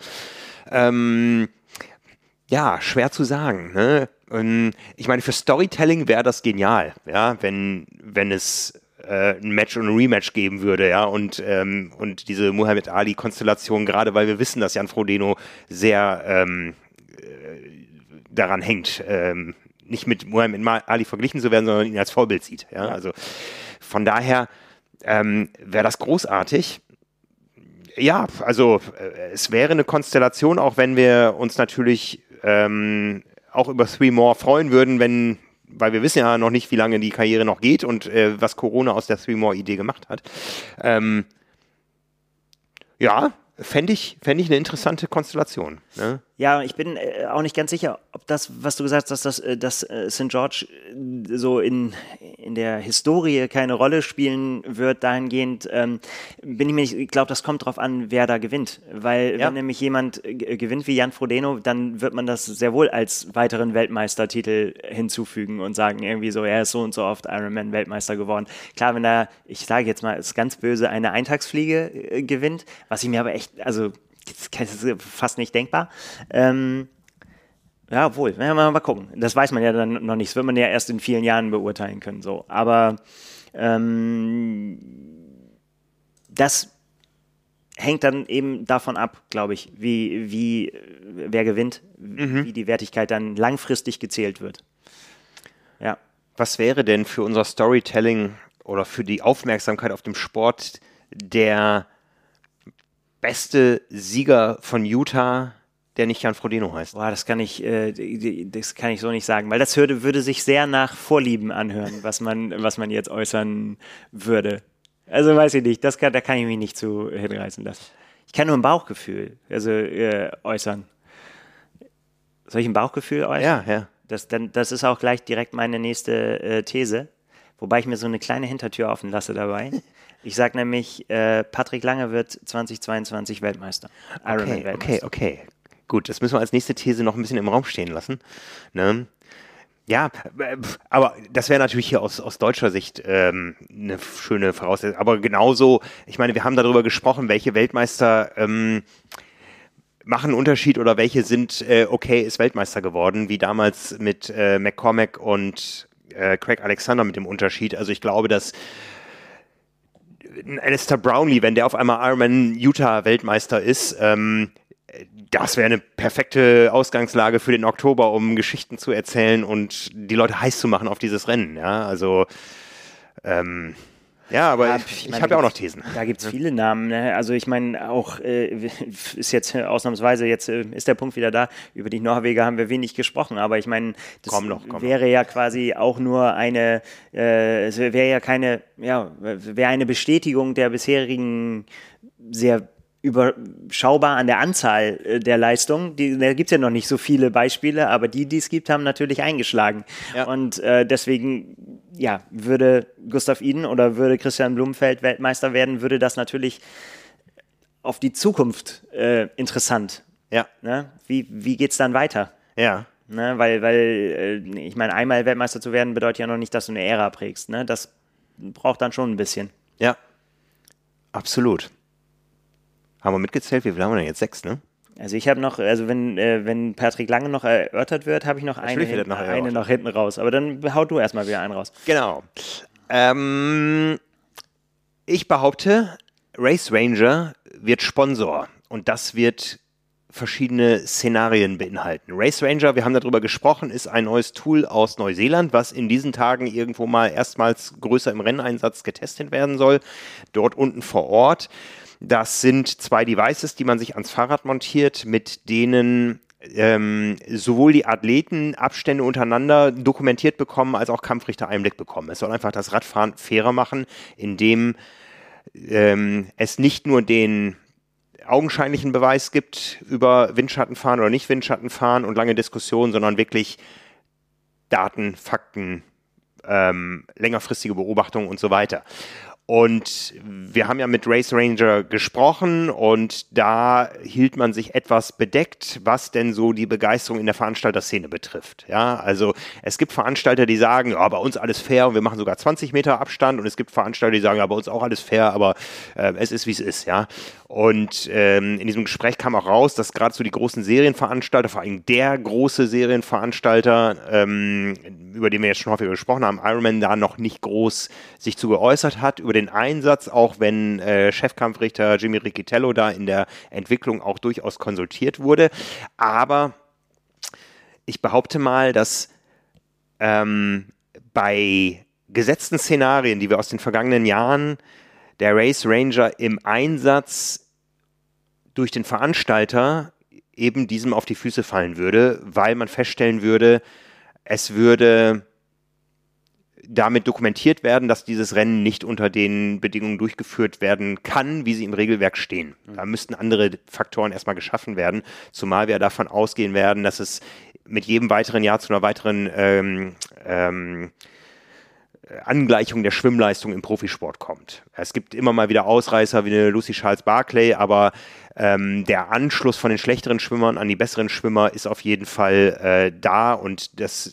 Ja, schwer zu sagen, ne? Ich meine, für Storytelling wäre das genial, ja, wenn es ein Match und ein Rematch geben würde, ja, und diese Muhammad Ali-Konstellation, gerade weil wir wissen, dass Jan Frodeno sehr daran hängt, nicht mit Muhammad Ali verglichen zu werden, sondern ihn als Vorbild sieht, ja, also von daher wäre das großartig. Ja, also es wäre eine Konstellation, auch wenn wir uns natürlich auch über Three More freuen würden, weil wir wissen ja noch nicht, wie lange die Karriere noch geht und was Corona aus der Three More-Idee gemacht hat. Ja, fände ich eine interessante Konstellation. Ne?
Ja, ich bin auch nicht ganz sicher, ob das, was du gesagt hast, dass St. George so in der Historie keine Rolle spielen wird, dahingehend bin ich mir nicht, ich glaube, das kommt drauf an, wer da gewinnt. Weil wenn nämlich jemand gewinnt wie Jan Frodeno, dann wird man das sehr wohl als weiteren Weltmeistertitel hinzufügen und sagen irgendwie so, er ist so und so oft Ironman-Weltmeister geworden. Klar, wenn da, ich sage jetzt mal, ist ganz böse, eine Eintagsfliege gewinnt, was ich mir aber echt, also das ist fast nicht denkbar. Ja, wohl, werden wir mal gucken. Das weiß man ja dann noch nicht. Das wird man ja erst in vielen Jahren beurteilen können. So. Aber das hängt dann eben davon ab, glaube ich, wie wer gewinnt, wie die Wertigkeit dann langfristig gezählt wird. Ja.
Was wäre denn für unser Storytelling oder für die Aufmerksamkeit auf dem Sport der beste Sieger von Utah, der nicht Jan Frodeno heißt?
Boah, das kann ich so nicht sagen, weil das würde sich sehr nach Vorlieben anhören, was man jetzt äußern würde. Also weiß ich nicht, da kann ich mich nicht zu hinreißen lassen. Ich kann nur ein Bauchgefühl äußern. Soll ich ein Bauchgefühl äußern?
Ja.
Das ist auch gleich direkt meine nächste These, wobei ich mir so eine kleine Hintertür offen lasse dabei. Ich sage nämlich, Patrick Lange wird 2022 Weltmeister. Ironman-Weltmeister.
Okay. Gut, das müssen wir als nächste These noch ein bisschen im Raum stehen lassen. Ne? Ja, aber das wäre natürlich hier aus deutscher Sicht eine schöne Voraussetzung. Aber genauso, ich meine, wir haben darüber gesprochen, welche Weltmeister machen einen Unterschied oder welche sind ist Weltmeister geworden, wie damals mit McCormack und Craig Alexander mit dem Unterschied. Also ich glaube, dass Alistair Brownlee, wenn der auf einmal Ironman Utah Weltmeister ist, das wäre eine perfekte Ausgangslage für den Oktober, um Geschichten zu erzählen und die Leute heiß zu machen auf dieses Rennen. Ja, also aber ich habe ja auch noch Thesen.
Da gibt es viele Namen. Ne? Also ich meine, auch ist jetzt ausnahmsweise, ist der Punkt wieder da, über die Norweger haben wir wenig gesprochen, aber ich meine, das wäre ja quasi auch nur eine Bestätigung der bisherigen sehr überschaubar an der Anzahl der Leistungen. Da gibt es ja noch nicht so viele Beispiele, aber die es gibt, haben natürlich eingeschlagen. Ja. Und deswegen, würde Gustav Iden oder würde Christian Blumenfeld Weltmeister werden, würde das natürlich auf die Zukunft interessant.
Ja.
Ne? Wie geht's dann weiter?
Ja.
Ne? Weil ich meine, einmal Weltmeister zu werden, bedeutet ja noch nicht, dass du eine Ära prägst. Ne? Das braucht dann schon ein bisschen.
Ja, absolut. Haben wir mitgezählt? Wie viel haben wir denn jetzt? 6, ne?
Also ich habe noch, wenn Patrick Lange noch erörtert wird, habe ich noch eine noch hinten raus. Aber dann hau du erstmal wieder einen raus.
Genau. Ich behaupte, Race Ranger wird Sponsor und das wird verschiedene Szenarien beinhalten. Race Ranger, wir haben darüber gesprochen, ist ein neues Tool aus Neuseeland, was in diesen Tagen irgendwo mal erstmals größer im Renneinsatz getestet werden soll, dort unten vor Ort. Das sind 2 Devices, die man sich ans Fahrrad montiert, mit denen sowohl die Athleten Abstände untereinander dokumentiert bekommen, als auch Kampfrichter Einblick bekommen. Es soll einfach das Radfahren fairer machen, indem es nicht nur den augenscheinlichen Beweis gibt über Windschattenfahren oder nicht Windschattenfahren und lange Diskussionen, sondern wirklich Daten, Fakten, längerfristige Beobachtungen und so weiter. Und wir haben ja mit Race Ranger gesprochen und da hielt man sich etwas bedeckt, was denn so die Begeisterung in der Veranstalterszene betrifft. Ja, also es gibt Veranstalter, die sagen, ja, bei uns alles fair und wir machen sogar 20 Meter Abstand, und es gibt Veranstalter, die sagen, ja, bei uns auch alles fair, aber es ist, wie es ist. Ja. Und in diesem Gespräch kam auch raus, dass gerade so die großen Serienveranstalter, vor allem der große Serienveranstalter, über den wir jetzt schon häufiger gesprochen haben, Ironman, da noch nicht groß sich zu geäußert hat, über den Einsatz, auch wenn Chefkampfrichter Jimmy Riccitello da in der Entwicklung auch durchaus konsultiert wurde. Aber ich behaupte mal, dass bei gesetzten Szenarien, die wir aus den vergangenen Jahren, der Race Ranger im Einsatz durch den Veranstalter eben diesem auf die Füße fallen würde, weil man feststellen würde, es würde damit dokumentiert werden, dass dieses Rennen nicht unter den Bedingungen durchgeführt werden kann, wie sie im Regelwerk stehen. Da müssten andere Faktoren erstmal geschaffen werden, zumal wir davon ausgehen werden, dass es mit jedem weiteren Jahr zu einer weiteren Angleichung der Schwimmleistung im Profisport kommt. Es gibt immer mal wieder Ausreißer wie eine Lucy Charles Barclay, aber der Anschluss von den schlechteren Schwimmern an die besseren Schwimmer ist auf jeden Fall da, und das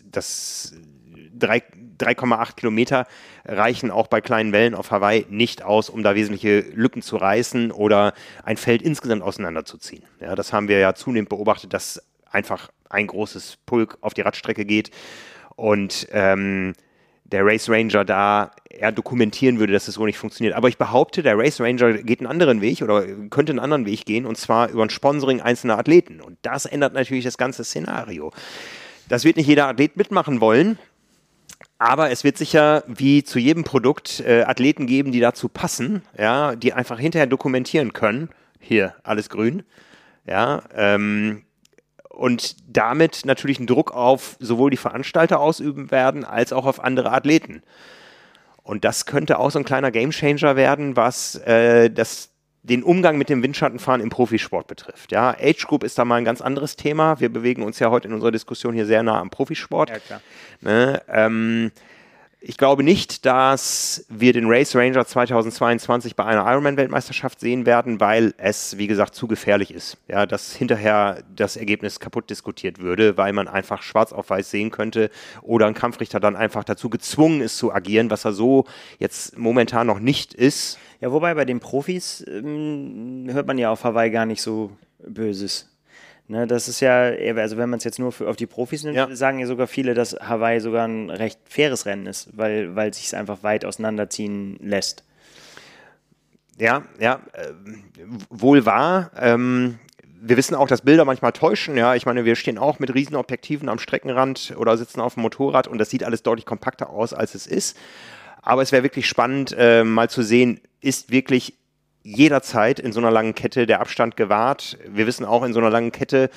3,8 Kilometer reichen auch bei kleinen Wellen auf Hawaii nicht aus, um da wesentliche Lücken zu reißen oder ein Feld insgesamt auseinanderzuziehen. Ja, das haben wir ja zunehmend beobachtet, dass einfach ein großes Pulk auf die Radstrecke geht und der Race Ranger da eher dokumentieren würde, dass es so nicht funktioniert. Aber ich behaupte, der Race Ranger geht einen anderen Weg oder könnte einen anderen Weg gehen, und zwar über ein Sponsoring einzelner Athleten. Und das ändert natürlich das ganze Szenario. Das wird nicht jeder Athlet mitmachen wollen, aber es wird sicher, wie zu jedem Produkt, Athleten geben, die dazu passen, ja, die einfach hinterher dokumentieren können. Hier, alles grün. Ja, und damit natürlich einen Druck auf sowohl die Veranstalter ausüben werden, als auch auf andere Athleten. Und das könnte auch so ein kleiner Gamechanger werden, was den Umgang mit dem Windschattenfahren im Profisport betrifft. Ja, Age Group ist da mal ein ganz anderes Thema. Wir bewegen uns ja heute in unserer Diskussion hier sehr nah am Profisport. Ja, klar. Ne, ich glaube nicht, dass wir den Race Ranger 2022 bei einer Ironman-Weltmeisterschaft sehen werden, weil es, wie gesagt, zu gefährlich ist. Ja, dass hinterher das Ergebnis kaputt diskutiert würde, weil man einfach schwarz auf weiß sehen könnte oder ein Kampfrichter dann einfach dazu gezwungen ist zu agieren, was er so jetzt momentan noch nicht ist.
Ja, wobei bei den Profis hört man ja auf Hawaii gar nicht so Böses. Ne, das ist ja, also wenn man es jetzt nur auf die Profis nimmt, ja, sagen ja sogar viele, dass Hawaii sogar ein recht faires Rennen ist, weil sich es einfach weit auseinanderziehen lässt.
Ja, wohl wahr. Wir wissen auch, dass Bilder manchmal täuschen. Ja, ich meine, wir stehen auch mit Riesenobjektiven am Streckenrand oder sitzen auf dem Motorrad und das sieht alles deutlich kompakter aus, als es ist. Aber es wäre wirklich spannend, mal zu sehen, ist wirklich jederzeit in so einer langen Kette der Abstand gewahrt. Wir wissen auch, in so einer langen Kette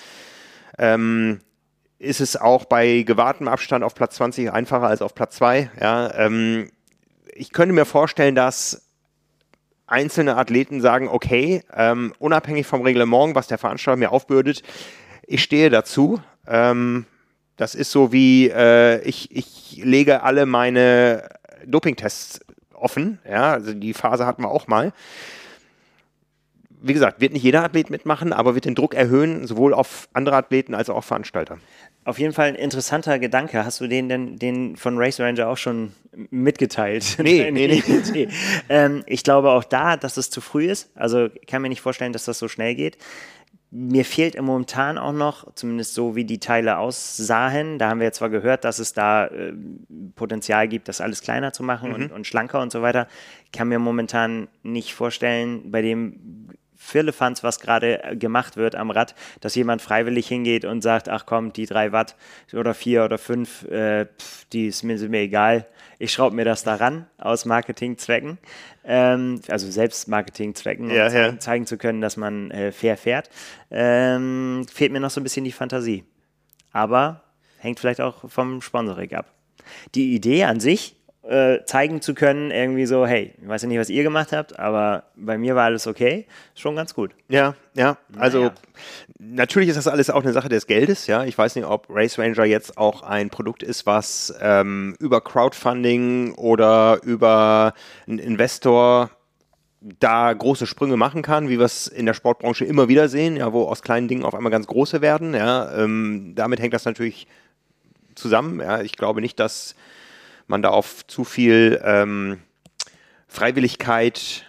ist es auch bei gewahrtem Abstand auf Platz 20 einfacher als auf Platz 2. Ja, ich könnte mir vorstellen, dass einzelne Athleten sagen, okay, unabhängig vom Reglement, was der Veranstalter mir aufbürdet, ich stehe dazu. Das ist so wie, ich lege alle meine Dopingtests offen. Ja, also die Phase hatten wir auch mal. Wie gesagt, wird nicht jeder Athlet mitmachen, aber wird den Druck erhöhen, sowohl auf andere Athleten als auch auf Veranstalter.
Auf jeden Fall ein interessanter Gedanke. Hast du den von Race Ranger auch schon mitgeteilt?
Nee.
Ich glaube auch da, dass es zu früh ist. Also ich kann mir nicht vorstellen, dass das so schnell geht. Mir fehlt momentan auch noch, zumindest so wie die Teile aussahen, da haben wir zwar gehört, dass es da Potenzial gibt, das alles kleiner zu machen und schlanker und so weiter. Ich kann mir momentan nicht vorstellen, bei dem Firlefanz, was gerade gemacht wird am Rad, dass jemand freiwillig hingeht und sagt, ach komm, die 3 Watt oder 4 oder 5, die sind mir egal. Ich schraube mir das da ran, aus Marketingzwecken, also Selbstmarketingzwecken, um zeigen zu können, dass man fair fährt. Fehlt mir noch so ein bisschen die Fantasie. Aber hängt vielleicht auch vom Sponsoring ab. Die Idee an sich, zeigen zu können, irgendwie so, hey, ich weiß ja nicht, was ihr gemacht habt, aber bei mir war alles okay, schon ganz gut.
Ja, also natürlich ist das alles auch eine Sache des Geldes, ja. Ich weiß nicht, ob Race Ranger jetzt auch ein Produkt ist, was über Crowdfunding oder über einen Investor da große Sprünge machen kann, wie wir es in der Sportbranche immer wieder sehen, ja, wo aus kleinen Dingen auf einmal ganz große werden, ja. Damit hängt das natürlich zusammen, ja. Ich glaube nicht, dass man da auf zu viel Freiwilligkeit,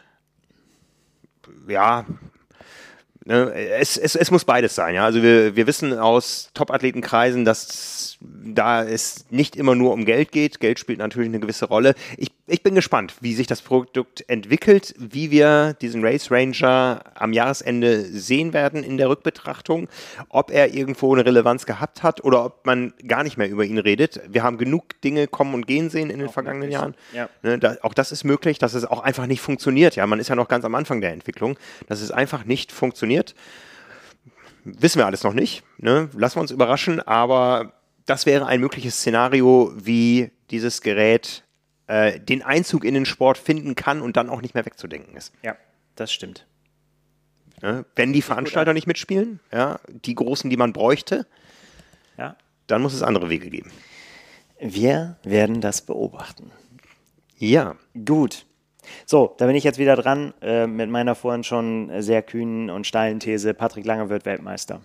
ja, ne, es muss beides sein, ja. Also wir wissen aus Top-Athletenkreisen, dass da es nicht immer nur um Geld geht. Geld spielt natürlich eine gewisse Rolle. Ich bin gespannt, wie sich das Produkt entwickelt, wie wir diesen Race Ranger am Jahresende sehen werden in der Rückbetrachtung, ob er irgendwo eine Relevanz gehabt hat oder ob man gar nicht mehr über ihn redet. Wir haben genug Dinge kommen und gehen sehen in den vergangenen Jahren.
Ja.
Ne, auch das ist möglich, dass es auch einfach nicht funktioniert. Ja, man ist ja noch ganz am Anfang der Entwicklung, dass es einfach nicht funktioniert. Wissen wir alles noch nicht. Ne? Lassen wir uns überraschen, aber das wäre ein mögliches Szenario, wie dieses Gerät den Einzug in den Sport finden kann und dann auch nicht mehr wegzudenken ist.
Ja, das stimmt.
Ne? Wenn die Veranstalter nicht mitspielen, ja, die großen, die man bräuchte,
Ja.
dann muss es andere Wege geben.
Wir werden das beobachten.
Ja.
Gut. So, da bin ich jetzt wieder dran mit meiner vorhin schon sehr kühnen und steilen These, Patrick Lange wird Weltmeister.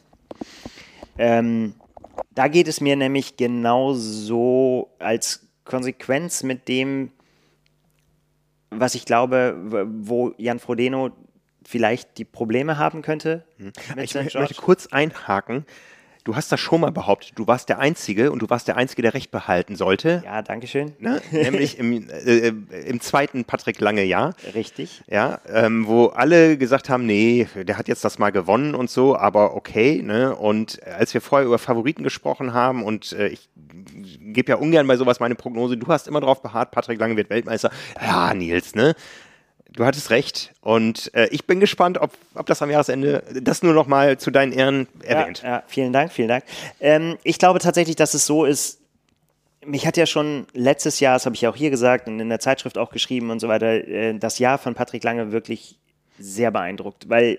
Da geht es mir nämlich genauso als Konsequenz mit dem, was ich glaube, wo Jan Frodeno vielleicht die Probleme haben könnte.
Ich möchte kurz einhaken. Du hast das schon mal behauptet, du warst der Einzige und du warst der Einzige, der Recht behalten sollte.
Ja, danke schön.
Ne? Nämlich im zweiten Patrick Lange-Jahr.
Richtig.
Ja, wo alle gesagt haben, nee, der hat jetzt das mal gewonnen und so, aber okay. Ne? Und als wir vorher über Favoriten gesprochen haben und ich gebe ja ungern bei sowas meine Prognose, du hast immer drauf beharrt, Patrick Lange wird Weltmeister. Ja, Nils, ne? Du hattest recht und ich bin gespannt, ob das am Jahresende, das nur noch mal zu deinen Ehren erwähnt.
Ja, vielen Dank, vielen Dank. Ich glaube tatsächlich, dass es so ist, mich hat ja schon letztes Jahr, das habe ich ja auch hier gesagt und in der Zeitschrift auch geschrieben und so weiter, das Jahr von Patrick Lange wirklich sehr beeindruckt, weil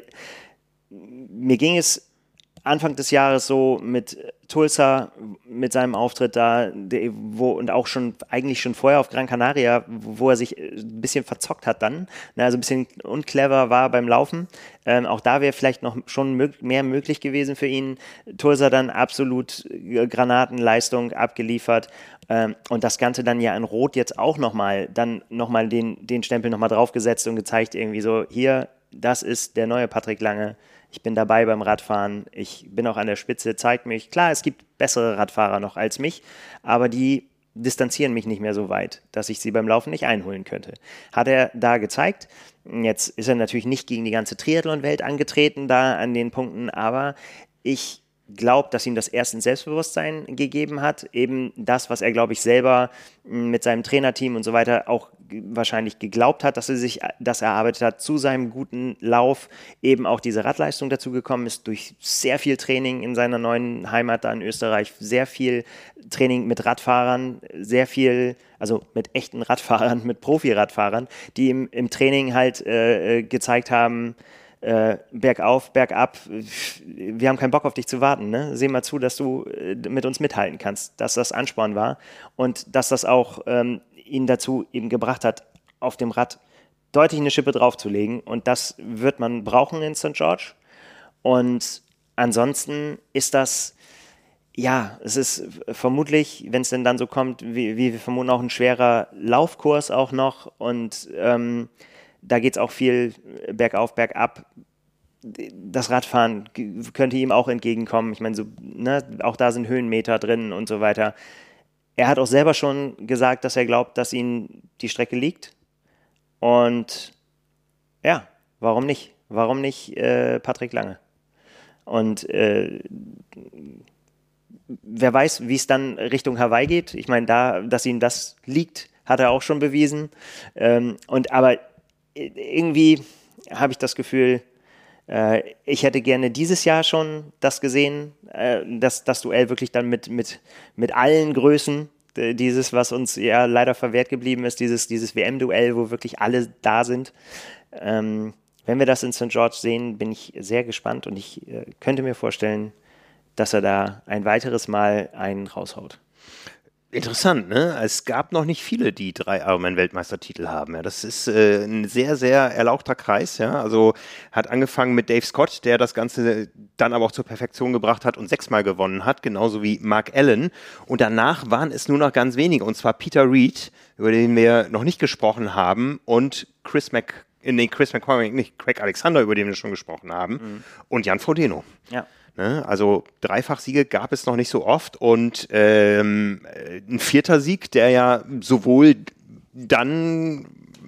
mir ging es Anfang des Jahres so mit Tulsa, mit seinem Auftritt da, und auch eigentlich schon vorher auf Gran Canaria, wo er sich ein bisschen verzockt hat dann, also ein bisschen unclever war beim Laufen. Auch da wäre vielleicht noch schon mehr möglich gewesen für ihn. Tulsa dann absolut Granatenleistung abgeliefert. Und das Ganze dann ja in Rot jetzt auch nochmal den Stempel nochmal draufgesetzt und gezeigt irgendwie so, hier, das ist der neue Patrick Lange. Ich bin dabei beim Radfahren, ich bin auch an der Spitze, zeigt mich. Klar, es gibt bessere Radfahrer noch als mich, aber die distanzieren mich nicht mehr so weit, dass ich sie beim Laufen nicht einholen könnte. Hat er da gezeigt. Jetzt ist er natürlich nicht gegen die ganze Triathlon-Welt angetreten da an den Punkten, aber ich glaube, dass ihm das erst ein Selbstbewusstsein gegeben hat. Eben das, was er, glaube ich, selber mit seinem Trainerteam und so weiter auch wahrscheinlich geglaubt hat, dass er sich das erarbeitet hat zu seinem guten Lauf. Eben auch diese Radleistung dazu gekommen ist durch sehr viel Training in seiner neuen Heimat da in Österreich. Sehr viel Training mit Radfahrern, sehr viel, also mit echten Radfahrern, mit Profi-Radfahrern, die ihm im Training halt gezeigt haben, bergauf, bergab, wir haben keinen Bock auf dich zu warten, ne? Seh mal zu, dass du mit uns mithalten kannst, dass das Ansporn war und dass das auch ihn dazu eben gebracht hat, auf dem Rad deutlich eine Schippe draufzulegen und das wird man brauchen in St. George und ansonsten ist das, ja, es ist vermutlich, wenn es denn dann so kommt, wie wir vermuten, auch ein schwerer Laufkurs auch noch und da geht es auch viel bergauf, bergab. Das Radfahren könnte ihm auch entgegenkommen. Ich meine, so, ne, auch da sind Höhenmeter drin und so weiter. Er hat auch selber schon gesagt, dass er glaubt, dass ihm die Strecke liegt. Und ja, warum nicht? Warum nicht Patrick Lange? Und wer weiß, wie es dann Richtung Hawaii geht. Ich meine, dass ihm das liegt, hat er auch schon bewiesen. Aber irgendwie habe ich das Gefühl, ich hätte gerne dieses Jahr schon das gesehen, das Duell wirklich dann mit allen Größen, Dieses, was uns ja leider verwehrt geblieben ist, dieses WM-Duell, wo wirklich alle da sind. Wenn wir das in St. George sehen, bin ich sehr gespannt und ich könnte mir vorstellen, dass er da ein weiteres Mal einen raushaut.
Interessant, ne? Es gab noch nicht viele, die 3 Ironman-Weltmeistertitel haben. Ja, das ist ein sehr, sehr erlauchter Kreis. Ja? Also hat angefangen mit Dave Scott, der das Ganze dann aber auch zur Perfektion gebracht hat und 6-mal gewonnen hat, genauso wie Mark Allen. Und danach waren es nur noch ganz wenige, und zwar Peter Reed, über den wir noch nicht gesprochen haben, und Craig Alexander, über den wir schon gesprochen haben, und Jan Frodeno.
Ja.
Also Dreifachsiege gab es noch nicht so oft, und ein 4. Sieg, der ja sowohl dann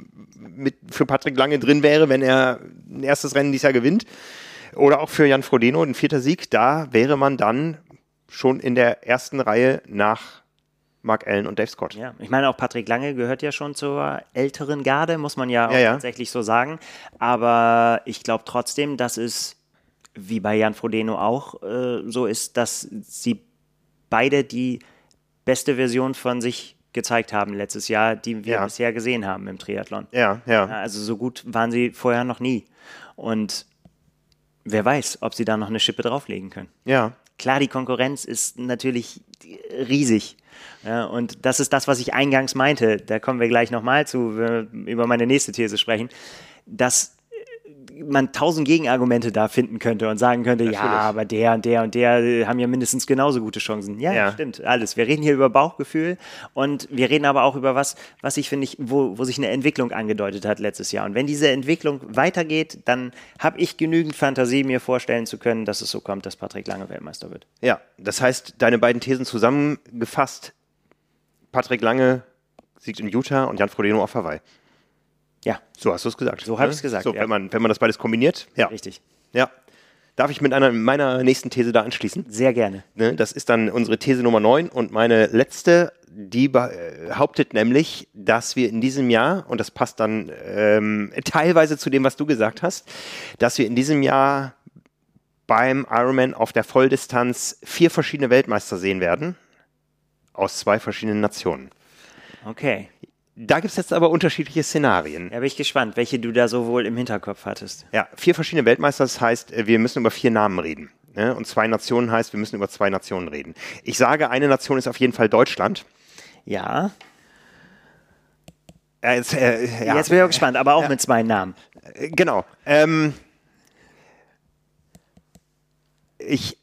für Patrick Lange drin wäre, wenn er ein erstes Rennen dieses Jahr gewinnt, oder auch für Jan Frodeno ein 4. Sieg, da wäre man dann schon in der ersten Reihe nach Mark Allen und Dave Scott.
Ja, ich meine, auch Patrick Lange gehört ja schon zur älteren Garde, muss man ja auch tatsächlich so sagen, aber ich glaube trotzdem, dass es wie bei Jan Frodeno auch so ist, dass sie beide die beste Version von sich gezeigt haben letztes Jahr, die wir bisher gesehen haben im Triathlon.
Ja.
Also so gut waren sie vorher noch nie. Und wer weiß, ob sie da noch eine Schippe drauflegen können.
Ja.
Klar, die Konkurrenz ist natürlich riesig. Ja, und das ist das, was ich eingangs meinte. Da kommen wir gleich nochmal zu, wenn wir über meine nächste These sprechen, dass man 1000 Gegenargumente da finden könnte und sagen könnte, ja, aber der und der und der haben ja mindestens genauso gute Chancen. Ja, stimmt, alles. Wir reden hier über Bauchgefühl und wir reden aber auch über was ich finde, wo sich eine Entwicklung angedeutet hat letztes Jahr. Und wenn diese Entwicklung weitergeht, dann habe ich genügend Fantasie, mir vorstellen zu können, dass es so kommt, dass Patrick Lange Weltmeister wird.
Ja, das heißt, deine beiden Thesen zusammengefasst, Patrick Lange siegt in Utah und Jan Frodeno auf Hawaii.
Ja.
So hast du es gesagt.
So habe ich es gesagt.
So, wenn man das beides kombiniert. Ja.
Richtig.
Ja. Darf ich mit meiner nächsten These da anschließen?
Sehr gerne.
Ne, das ist dann unsere These Nummer 9 und meine letzte, die behauptet nämlich, dass wir in diesem Jahr, und das passt dann teilweise zu dem, was du gesagt hast, dass wir in diesem Jahr beim Ironman auf der Volldistanz 4 verschiedene Weltmeister sehen werden, aus 2 verschiedenen Nationen.
Okay.
Da gibt es jetzt aber unterschiedliche Szenarien.
Da bin ich gespannt, welche du da so wohl im Hinterkopf hattest.
Ja, 4 verschiedene Weltmeister, das heißt, wir müssen über 4 Namen reden. Ne? Und 2 Nationen heißt, wir müssen über 2 Nationen reden. Ich sage, eine Nation ist auf jeden Fall Deutschland.
Ja. Jetzt bin ich auch gespannt, aber auch mit 2 Namen.
Genau. Ich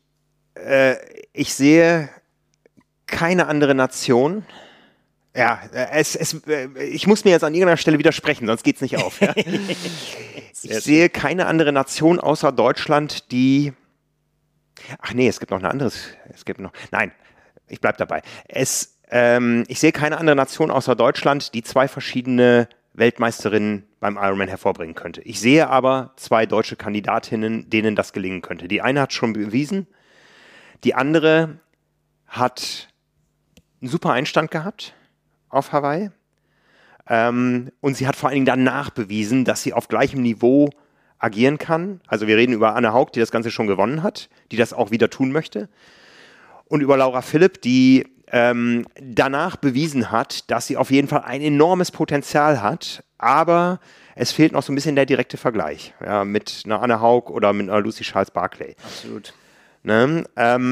sehe keine andere Nation. Ja, ich muss mir jetzt an irgendeiner Stelle widersprechen, sonst geht's nicht auf. Ja? Ich sehe keine andere Nation außer Deutschland, die... Ach nee, es gibt noch ein anderes... Nein, ich bleib dabei. Ich sehe keine andere Nation außer Deutschland, die 2 verschiedene Weltmeisterinnen beim Ironman hervorbringen könnte. Ich sehe aber 2 deutsche Kandidatinnen, denen das gelingen könnte. Die eine hat schon bewiesen, die andere hat einen super Einstand gehabt auf Hawaii. Und sie hat vor allen Dingen danach bewiesen, dass sie auf gleichem Niveau agieren kann. Also wir reden über Anne Haug, die das Ganze schon gewonnen hat, die das auch wieder tun möchte. Und über Laura Philipp, die danach bewiesen hat, dass sie auf jeden Fall ein enormes Potenzial hat, aber es fehlt noch so ein bisschen der direkte Vergleich, ja, mit einer Anne Haug oder mit einer Lucy Charles Barclay.
Absolut.
Ne?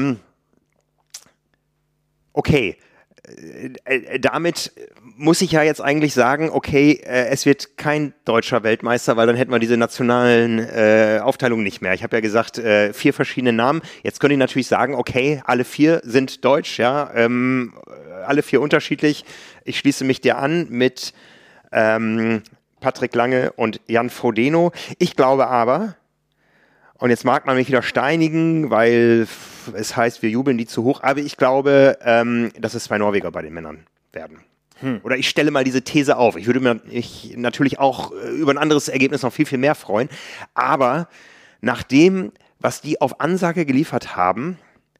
Okay. Damit muss ich ja jetzt eigentlich sagen, okay, es wird kein deutscher Weltmeister, weil dann hätten wir diese nationalen Aufteilungen nicht mehr. Ich habe ja gesagt, 4 verschiedene Namen. Jetzt könnt ihr natürlich sagen, okay, alle 4 sind deutsch, ja, alle 4 unterschiedlich. Ich schließe mich dir an mit Patrick Lange und Jan Frodeno. Ich glaube aber, und jetzt mag man mich wieder steinigen, weil es heißt, wir jubeln die zu hoch, aber ich glaube, dass es 2 Norweger bei den Männern werden. Oder ich stelle mal diese These auf. Ich würde mich natürlich auch über ein anderes Ergebnis noch viel, viel mehr freuen. Aber nach dem, was die auf Ansage geliefert haben,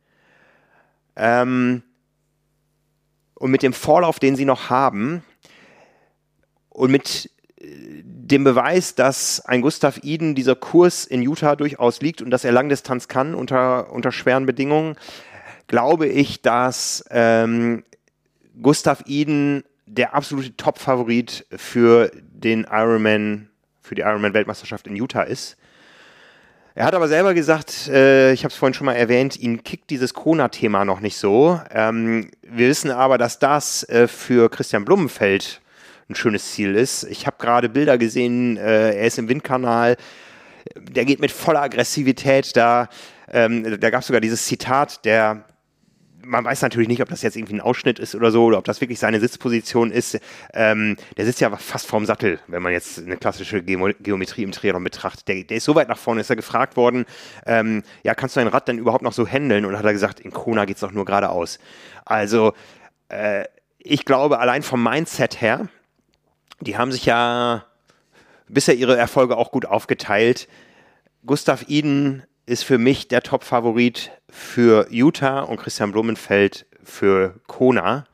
und mit dem Vorlauf, den sie noch haben, und mit dem Beweis, dass ein Gustav Iden dieser Kurs in Utah durchaus liegt und dass er Langdistanz kann unter schweren Bedingungen, glaube ich, dass Gustav Iden, der absolute Top-Favorit für den Ironman, für die Ironman-Weltmeisterschaft in Utah ist. Er hat aber selber gesagt, ich habe es vorhin schon mal erwähnt, ihn kickt dieses Kona-Thema noch nicht so. Wir wissen aber, dass das für Christian Blumenfeld ein schönes Ziel ist. Ich habe gerade Bilder gesehen, er ist im Windkanal, der geht mit voller Aggressivität da. Da gab es sogar dieses Zitat, man weiß natürlich nicht, ob das jetzt irgendwie ein Ausschnitt ist oder so, oder ob das wirklich seine Sitzposition ist. Der sitzt ja fast vorm Sattel, wenn man jetzt eine klassische Geometrie im Triathlon betrachtet. Der ist so weit nach vorne, ist er gefragt worden, kannst du dein Rad denn überhaupt noch so handeln? Und hat er gesagt, in Kona geht es doch nur geradeaus. Also, ich glaube, allein vom Mindset her, die haben sich ja bisher ihre Erfolge auch gut aufgeteilt. Gustav Iden ist für mich der Top-Favorit für Utah und Christian Blumenfeld für Kona.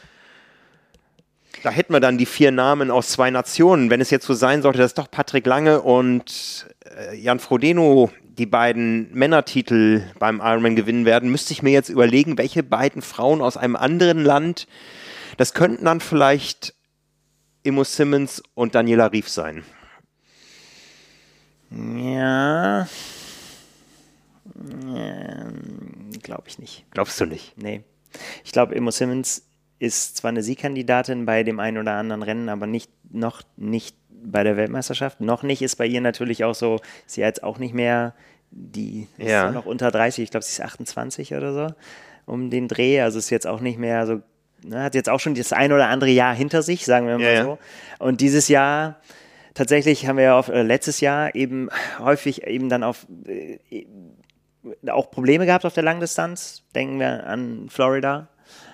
Da hätten wir dann die 4 Namen aus 2 Nationen. Wenn es jetzt so sein sollte, dass doch Patrick Lange und Jan Frodeno die beiden Männertitel beim Ironman gewinnen werden, müsste ich mir jetzt überlegen, welche beiden Frauen aus einem anderen Land, das könnten dann vielleicht Immo Simmons und Daniela Rief sein.
Ja, glaube ich nicht.
Glaubst du nicht?
Nee. Ich glaube, Immo Simmons ist zwar eine Siegkandidatin bei dem einen oder anderen Rennen, aber noch nicht bei der Weltmeisterschaft. Noch nicht ist bei ihr natürlich auch so, sie jetzt auch nicht mehr, die ist ja noch unter 30, ich glaube, sie ist 28 oder so, um den Dreh. Also ist jetzt auch nicht mehr so, hat jetzt auch schon das ein oder andere Jahr hinter sich, sagen wir mal so. Und dieses Jahr tatsächlich haben wir ja letztes Jahr eben häufig eben dann auch Probleme gehabt auf der Langdistanz. Denken wir an Florida.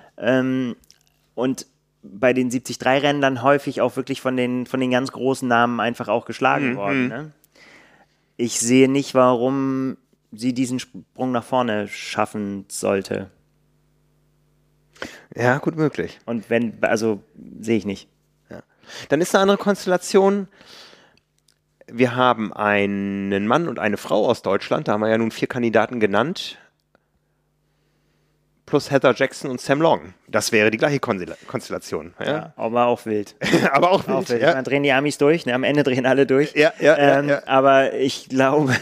Und bei den 73-Rennen dann häufig auch wirklich von den ganz großen Namen einfach auch geschlagen worden. Ne? Ich sehe nicht, warum sie diesen Sprung nach vorne schaffen sollte.
Ja, gut möglich.
Und sehe ich nicht.
Ja. Dann ist eine andere Konstellation. Wir haben einen Mann und eine Frau aus Deutschland. Da haben wir ja nun 4 Kandidaten genannt. Plus Heather Jackson und Sam Long. Das wäre die gleiche Konstellation.
Ja, aber auch wild.
Aber auch wild. Ja.
Dann drehen die Amis durch. Ne? Am Ende drehen alle durch.
Ja.
Aber ich glaube,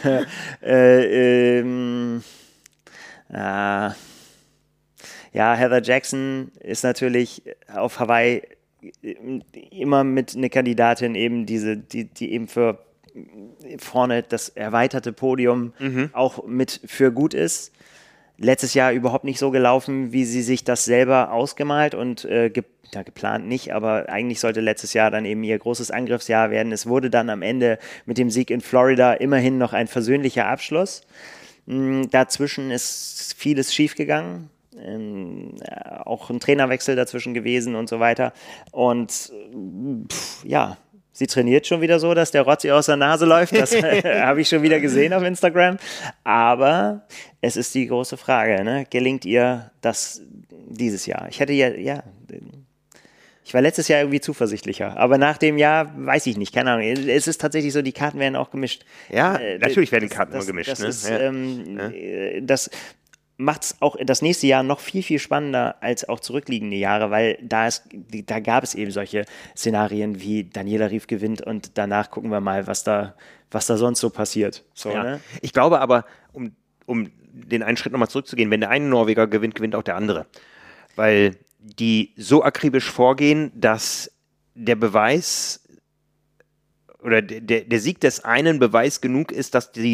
Heather Jackson ist natürlich auf Hawaii immer mit einer Kandidatin eben die eben für vorne das erweiterte Podium auch mit für gut ist. Letztes Jahr überhaupt nicht so gelaufen, wie sie sich das selber ausgemalt und geplant nicht, aber eigentlich sollte letztes Jahr dann eben ihr großes Angriffsjahr werden. Es wurde dann am Ende mit dem Sieg in Florida immerhin noch ein versöhnlicher Abschluss. Dazwischen ist vieles schiefgegangen. Auch ein Trainerwechsel dazwischen gewesen und so weiter. Und sie trainiert schon wieder so, dass der Rotz ihr aus der Nase läuft. Das habe ich schon wieder gesehen auf Instagram. Aber es ist die große Frage, ne? Gelingt ihr das dieses Jahr? Ich war letztes Jahr irgendwie zuversichtlicher. Aber nach dem Jahr weiß ich nicht. Keine Ahnung. Es ist tatsächlich so, die Karten werden auch gemischt.
Ja, natürlich werden die Karten immer gemischt.
Das macht es auch das nächste Jahr noch viel, viel spannender als auch zurückliegende Jahre, weil da gab es eben solche Szenarien wie Daniela Rief gewinnt und danach gucken wir mal, was da sonst so passiert. So, ne?
Ich glaube aber, um den einen Schritt nochmal zurückzugehen, wenn der eine Norweger gewinnt, gewinnt auch der andere. Weil die so akribisch vorgehen, dass der Beweis oder der Sieg des einen Beweis genug ist, dass der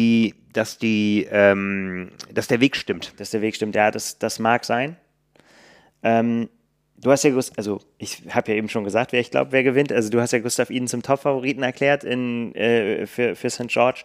Weg stimmt.
Dass der Weg stimmt, ja, das mag sein. Du hast ja, ich habe ja eben schon gesagt, wer gewinnt. Also du hast ja Gustav Iden zum Top-Favoriten erklärt für St. George.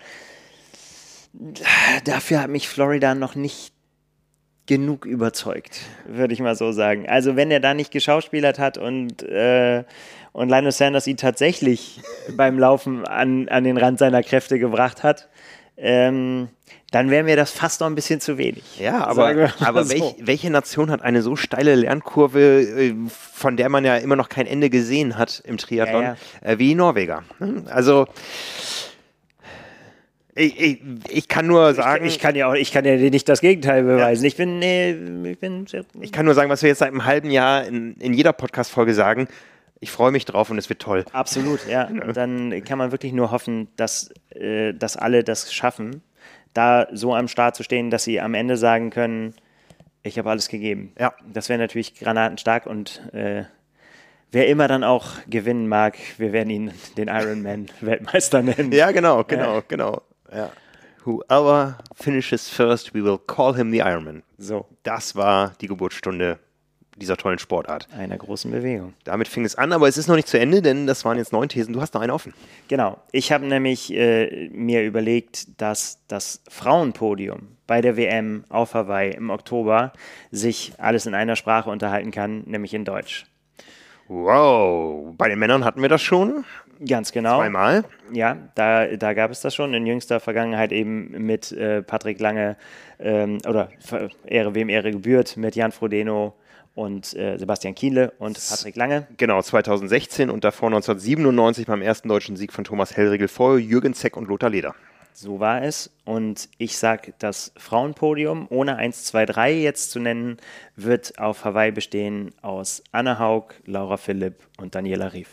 Dafür hat mich Florida noch nicht genug überzeugt, würde ich mal so sagen. Also wenn er da nicht geschauspielert hat und Lionel Sanders ihn tatsächlich beim Laufen an den Rand seiner Kräfte gebracht hat, dann wäre mir das fast noch ein bisschen zu wenig.
Ja, aber so. Welche Nation hat eine so steile Lernkurve, von der man ja immer noch kein Ende gesehen hat im Triathlon, wie die Norweger? Also Ich kann nur sagen...
Ich kann ja dir nicht das Gegenteil beweisen.
Ja. Ich kann nur sagen, was wir jetzt seit einem halben Jahr in jeder Podcast-Folge sagen. Ich freue mich drauf und es wird toll.
Absolut, ja. Und dann kann man wirklich nur hoffen, dass alle das schaffen, da so am Start zu stehen, dass sie am Ende sagen können, ich habe alles gegeben.
Ja.
Das wäre natürlich granatenstark und wer immer dann auch gewinnen mag, wir werden ihn den Ironman-Weltmeister nennen.
Ja, genau. Ja. Whoever finishes first, we will call him the Ironman.
So.
Das war die Geburtsstunde dieser tollen Sportart.
Einer großen Bewegung.
Damit fing es an, aber es ist noch nicht zu Ende, denn das waren jetzt 9 Thesen. Du hast noch eine offen.
Genau. Ich habe nämlich mir überlegt, dass das Frauenpodium bei der WM auf Hawaii im Oktober sich alles in einer Sprache unterhalten kann, nämlich in Deutsch.
Wow. Bei den Männern hatten wir das schon.
Ganz genau.
Zweimal.
Ja, da gab es das schon in jüngster Vergangenheit eben mit Patrick Lange oder Ehre wem Ehre gebührt, mit Jan Frodeno und Sebastian Kienle und Patrick Lange.
Genau, 2016 und davor 1997 beim ersten deutschen Sieg von Thomas Hellriegel vor Jürgen Zeck und Lothar Leder.
So war es. Und ich sage, das Frauenpodium, ohne 1, 2, 3 jetzt zu nennen, wird auf Hawaii bestehen aus Anne Haug, Laura Philipp und Daniela Ryf.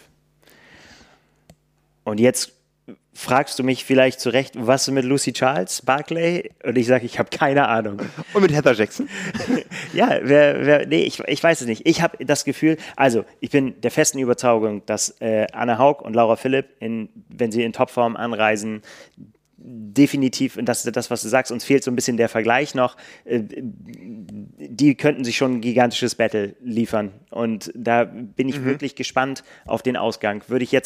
Und jetzt fragst du mich vielleicht zu Recht, was mit Lucy Charles, Barclay? Und ich sage, ich habe keine Ahnung.
Und mit Heather Jackson?
Ja, ich weiß es nicht. Ich habe das Gefühl, also ich bin der festen Überzeugung, dass Anne Haug und Laura Philipp, wenn sie in Topform anreisen, definitiv, und das ist das, was du sagst, uns fehlt so ein bisschen der Vergleich noch, die könnten sich schon ein gigantisches Battle liefern und da bin ich wirklich gespannt auf den Ausgang. Habe ich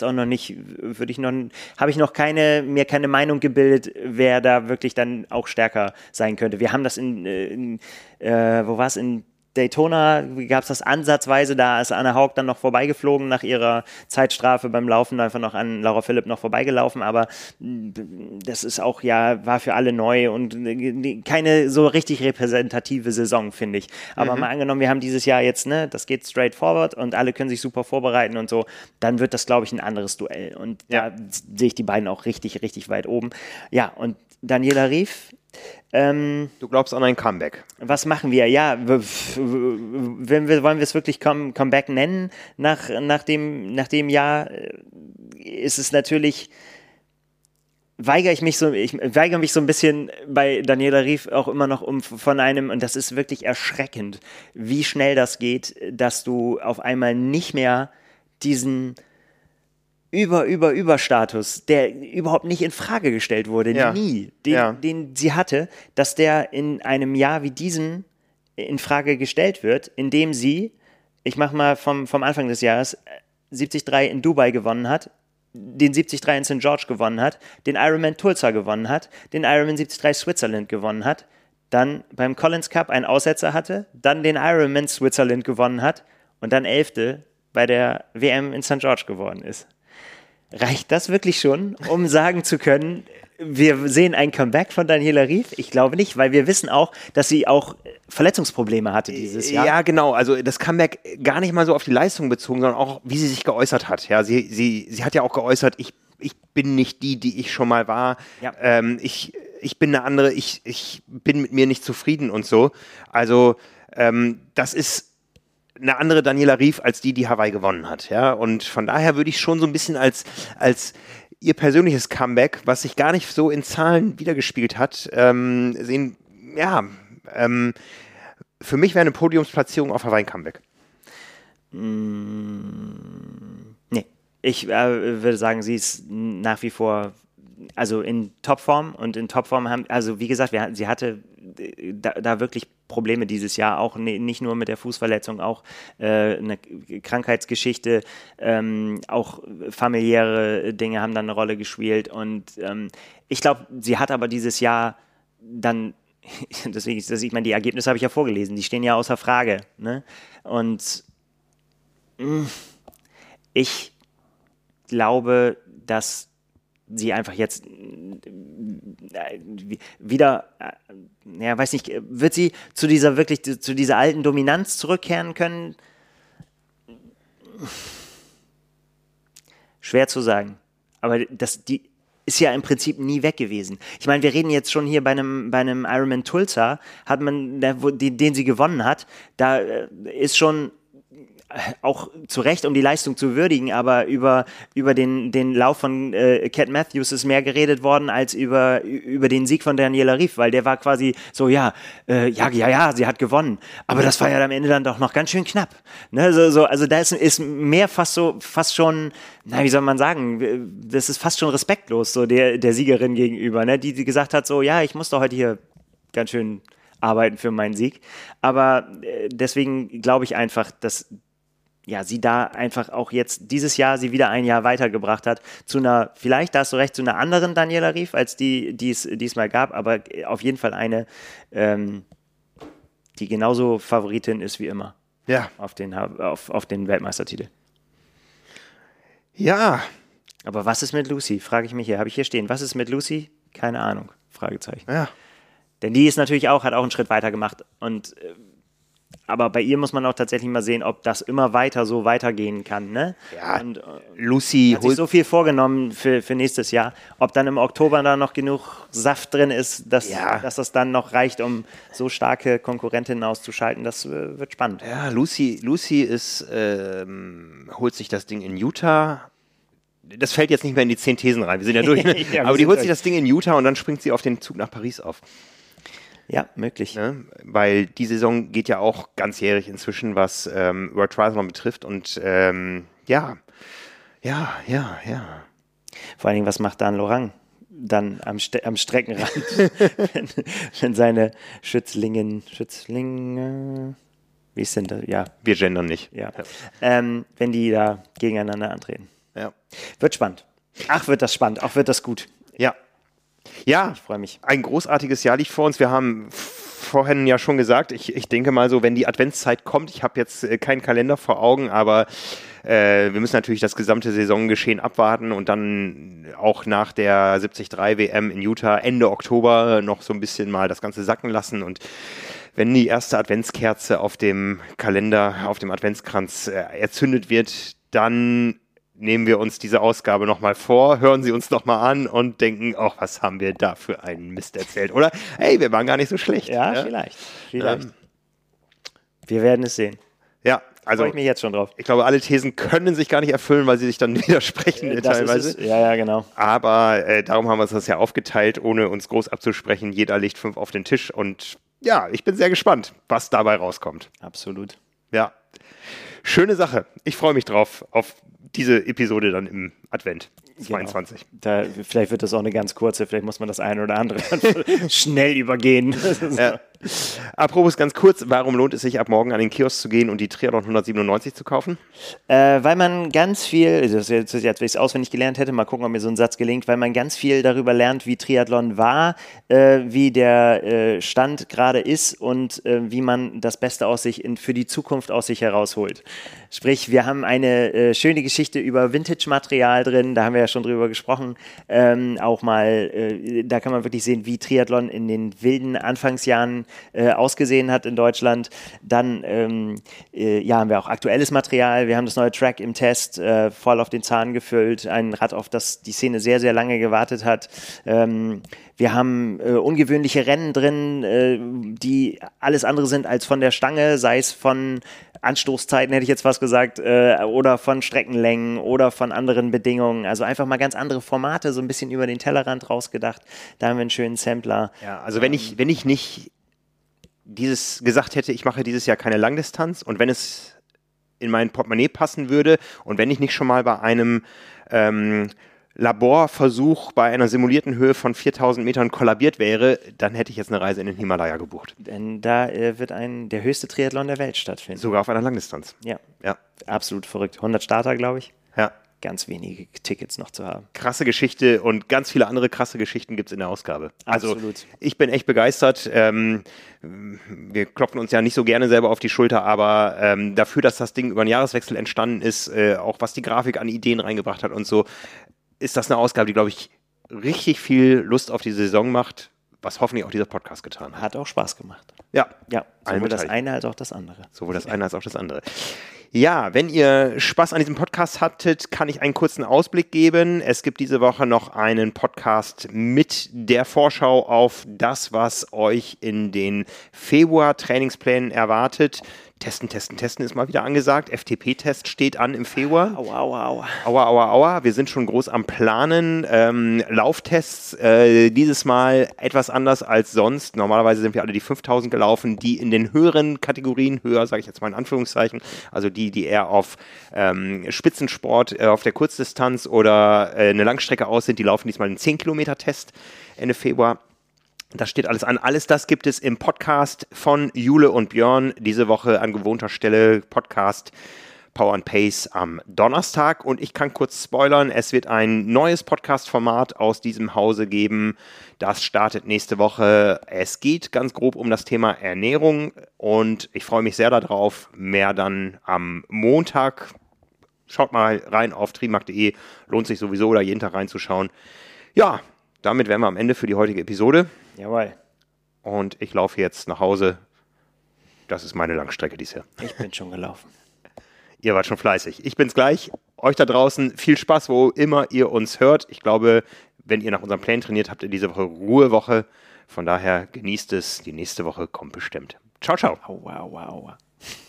noch mir keine Meinung gebildet, wer da wirklich dann auch stärker sein könnte. Wir haben das wo war es, in Daytona gab es das ansatzweise, da ist Anne Haug dann noch vorbeigeflogen nach ihrer Zeitstrafe beim Laufen, einfach noch an Laura Philipp noch vorbeigelaufen, aber das ist auch, ja, war für alle neu und keine so richtig repräsentative Saison, finde ich. Aber mal angenommen, wir haben dieses Jahr jetzt, das geht straight forward und alle können sich super vorbereiten und so, dann wird das, glaube ich, ein anderes Duell und da sehe ich die beiden auch richtig, richtig weit oben. Ja, und Daniela Ryf,
du glaubst an ein Comeback.
was machen wir? Ja, wollen wir es wirklich Comeback nennen? Nach dem Jahr ist es natürlich, ich weigere mich so ein bisschen bei Daniela Ryf auch immer noch von einem, und das ist wirklich erschreckend, wie schnell das geht, dass du auf einmal nicht mehr diesen Überstatus, der überhaupt nicht in Frage gestellt wurde, nie, den sie hatte, dass der in einem Jahr wie diesem in Frage gestellt wird, indem sie, ich mach mal vom Anfang des Jahres, 73 in Dubai gewonnen hat, den 73 in St. George gewonnen hat, den Ironman Tulsa gewonnen hat, den Ironman 73 Switzerland gewonnen hat, dann beim Collins Cup einen Aussetzer hatte, dann den Ironman Switzerland gewonnen hat und dann 11. bei der WM in St. George geworden ist. Reicht das wirklich schon, um sagen zu können, wir sehen ein Comeback von Daniela Ryf? Ich glaube nicht, weil wir wissen auch, dass sie auch Verletzungsprobleme hatte dieses Jahr.
Ja, genau. Also das Comeback gar nicht mal so auf die Leistung bezogen, sondern auch, wie sie sich geäußert hat. Ja, sie hat ja auch geäußert, ich bin nicht die ich schon mal war. Ja. Ich bin eine andere, ich bin mit mir nicht zufrieden und so. Also das ist eine andere Daniela Ryf als die Hawaii gewonnen hat, ja, und von daher würde ich schon so ein bisschen als ihr persönliches Comeback, was sich gar nicht so in Zahlen wiedergespiegelt hat, sehen, ja, für mich wäre eine Podiumsplatzierung auf Hawaii ein Comeback.
Nee, ich würde sagen, sie ist nach wie vor, also in Topform und in Topform also wie gesagt, sie hatte da wirklich Probleme dieses Jahr, auch nicht nur mit der Fußverletzung, auch eine Krankheitsgeschichte, auch familiäre Dinge haben dann eine Rolle gespielt und ich glaube, sie hat aber dieses Jahr dann, deswegen, ich meine, die Ergebnisse habe ich ja vorgelesen, die stehen ja außer Frage, ne? Und ich glaube, dass sie einfach jetzt wieder, weiß nicht, wird sie zu dieser alten Dominanz zurückkehren können? Schwer zu sagen. Aber die ist ja im Prinzip nie weg gewesen. Ich meine, wir reden jetzt schon hier bei einem Ironman Tulsa, den sie gewonnen hat, da ist schon auch zu Recht, um die Leistung zu würdigen, aber über den Lauf von Cat Matthews ist mehr geredet worden als über den Sieg von Daniela Ryf, weil der war quasi so, sie hat gewonnen, aber das war ja am Ende dann doch noch ganz schön knapp. Ne? Also da ist mehr fast schon, wie soll man sagen, das ist fast schon respektlos, so der Siegerin gegenüber, ne? Die gesagt hat, so, ja, ich muss doch heute hier ganz schön arbeiten für meinen Sieg, aber deswegen glaube ich einfach, dass sie da einfach auch jetzt dieses Jahr sie wieder ein Jahr weitergebracht hat zu einer, vielleicht, da hast du recht, zu einer anderen Daniela Ryf, als die es diesmal gab, aber auf jeden Fall eine, die genauso Favoritin ist wie immer auf den Weltmeistertitel.
Ja.
Aber was ist mit Lucy? Frage ich mich hier. Habe ich hier stehen. Was ist mit Lucy? Keine Ahnung. Fragezeichen.
Ja.
Denn die ist natürlich hat auch einen Schritt weiter gemacht und aber bei ihr muss man auch tatsächlich mal sehen, ob das immer weiter so weitergehen kann. Ne?
Ja,
und
Lucy
hat sich so viel vorgenommen für nächstes Jahr. Ob dann im Oktober da noch genug Saft drin ist, dass das dann noch reicht, um so starke Konkurrentinnen auszuschalten, das wird spannend.
Ja, Lucy ist, holt sich das Ding in Utah. Das fällt jetzt nicht mehr in die 10 Thesen rein, wir sind ja durch. Ne? Aber die holt sich das Ding in Utah und dann springt sie auf den Zug nach Paris auf.
Ja, möglich.
Ne? Weil die Saison geht ja auch ganzjährig inzwischen, was World Triathlon betrifft. Und ja.
Vor allen Dingen, was macht Dan Lorang dann am Streckenrand, wenn seine Schützlinge, wie ist denn das? Ja.
Wir gendern nicht.
Ja. Wenn die da gegeneinander antreten.
Ja.
Wird spannend. Ach, wird das spannend. Auch wird das gut.
Ja. Ja,
ich freue mich.
Ein großartiges Jahr liegt vor uns. Wir haben vorhin ja schon gesagt, ich denke mal so, wenn die Adventszeit kommt, ich habe jetzt keinen Kalender vor Augen, aber wir müssen natürlich das gesamte Saisongeschehen abwarten und dann auch nach der 73 WM in Utah Ende Oktober noch so ein bisschen mal das Ganze sacken lassen und wenn die erste Adventskerze auf dem Kalender, auf dem Adventskranz erzündet wird, dann nehmen wir uns diese Ausgabe nochmal vor, hören sie uns nochmal an und denken, was haben wir da für einen Mist erzählt, oder? Hey, wir waren gar nicht so schlecht.
Ja, vielleicht. Wir werden es sehen.
Ja, also
freue ich mich jetzt schon drauf.
Ich glaube, alle Thesen können sich gar nicht erfüllen, weil sie sich dann widersprechen teilweise.
Ja, genau.
Aber darum haben wir uns das ja aufgeteilt, ohne uns groß abzusprechen. Jeder legt 5 auf den Tisch und ja, ich bin sehr gespannt, was dabei rauskommt.
Absolut.
Ja, schöne Sache. Ich freue mich drauf, auf diese Episode dann im Advent 22.
Genau. Vielleicht wird das auch eine ganz kurze, vielleicht muss man das eine oder andere schnell übergehen.
Apropos ganz kurz, warum lohnt es sich ab morgen an den Kiosk zu gehen und die Triathlon 197 zu kaufen?
Weil man ganz viel, das ist jetzt, wenn ich es auswendig gelernt hätte, mal gucken, ob mir so ein Satz gelingt, weil man ganz viel darüber lernt, wie Triathlon war, wie der Stand gerade ist und wie man das Beste für die Zukunft aus sich herausholt. Sprich, wir haben eine schöne Geschichte über Vintage-Material drin, da haben wir ja schon drüber gesprochen, auch mal, da kann man wirklich sehen, wie Triathlon in den wilden Anfangsjahren ausgesehen hat in Deutschland. Dann haben wir auch aktuelles Material, wir haben das neue Track im Test voll auf den Zahn gefüllt, ein Rad, auf das die Szene sehr, sehr lange gewartet hat. Wir haben ungewöhnliche Rennen drin, die alles andere sind als von der Stange, sei es von Anstoßzeiten, hätte ich jetzt fast gesagt, oder von Streckenlängen oder von anderen Bedingungen. Also einfach mal ganz andere Formate, so ein bisschen über den Tellerrand rausgedacht. Da haben wir einen schönen Sampler.
Ja, also wenn ich nicht gesagt hätte, ich mache dieses Jahr keine Langdistanz und wenn es in mein Portemonnaie passen würde und wenn ich nicht schon mal bei einem Laborversuch bei einer simulierten Höhe von 4000 Metern kollabiert wäre, dann hätte ich jetzt eine Reise in den Himalaya gebucht.
Denn da wird der höchste Triathlon der Welt stattfinden.
Sogar auf einer Langdistanz.
Ja. Absolut verrückt. 100 Starter, glaube ich.
Ja.
Ganz wenige Tickets noch zu haben.
Krasse Geschichte und ganz viele andere krasse Geschichten gibt es in der Ausgabe.
Absolut.
Also ich bin echt begeistert. Wir klopfen uns ja nicht so gerne selber auf die Schulter, aber dafür, dass das Ding über einen Jahreswechsel entstanden ist, auch was die Grafik an Ideen reingebracht hat und so, ist das eine Ausgabe, die, glaube ich, richtig viel Lust auf die Saison macht, was hoffentlich auch dieser Podcast getan hat.
Hat auch Spaß gemacht.
Ja.
Sowohl das eine als auch das andere.
Sowohl das eine als auch das andere. Ja, wenn ihr Spaß an diesem Podcast hattet, kann ich einen kurzen Ausblick geben. Es gibt diese Woche noch einen Podcast mit der Vorschau auf das, was euch in den Februar-Trainingsplänen erwartet. Testen ist mal wieder angesagt. FTP-Test steht an im Februar.
Aua, aua, aua.
Aua, aua, aua. Wir sind schon groß am Planen. Lauftests dieses Mal etwas anders als sonst. Normalerweise sind wir alle die 5000 gelaufen, die in den höheren Kategorien, höher sage ich jetzt mal in Anführungszeichen, also die eher auf Spitzensport auf der Kurzdistanz oder eine Langstrecke aus sind, die laufen diesmal einen 10-Kilometer-Test Ende Februar. Das steht alles an. Alles das gibt es im Podcast von Jule und Björn. Diese Woche an gewohnter Stelle Podcast Power and Pace am Donnerstag. Und ich kann kurz spoilern, es wird ein neues Podcast-Format aus diesem Hause geben. Das startet nächste Woche. Es geht ganz grob um das Thema Ernährung und ich freue mich sehr darauf. Mehr dann am Montag. Schaut mal rein auf trimark.de. Lohnt sich sowieso, da jeden Tag reinzuschauen. Ja, damit wären wir am Ende für die heutige Episode.
Jawohl.
Und ich laufe jetzt nach Hause. Das ist meine Langstrecke dieses Jahr.
Ich bin schon gelaufen.
Ihr wart schon fleißig. Ich bin's gleich. Euch da draußen viel Spaß, wo immer ihr uns hört. Ich glaube, wenn ihr nach unseren Plänen trainiert, habt ihr diese Woche Ruhewoche. Von daher genießt es. Die nächste Woche kommt bestimmt. Ciao, ciao.
Aua, aua, aua.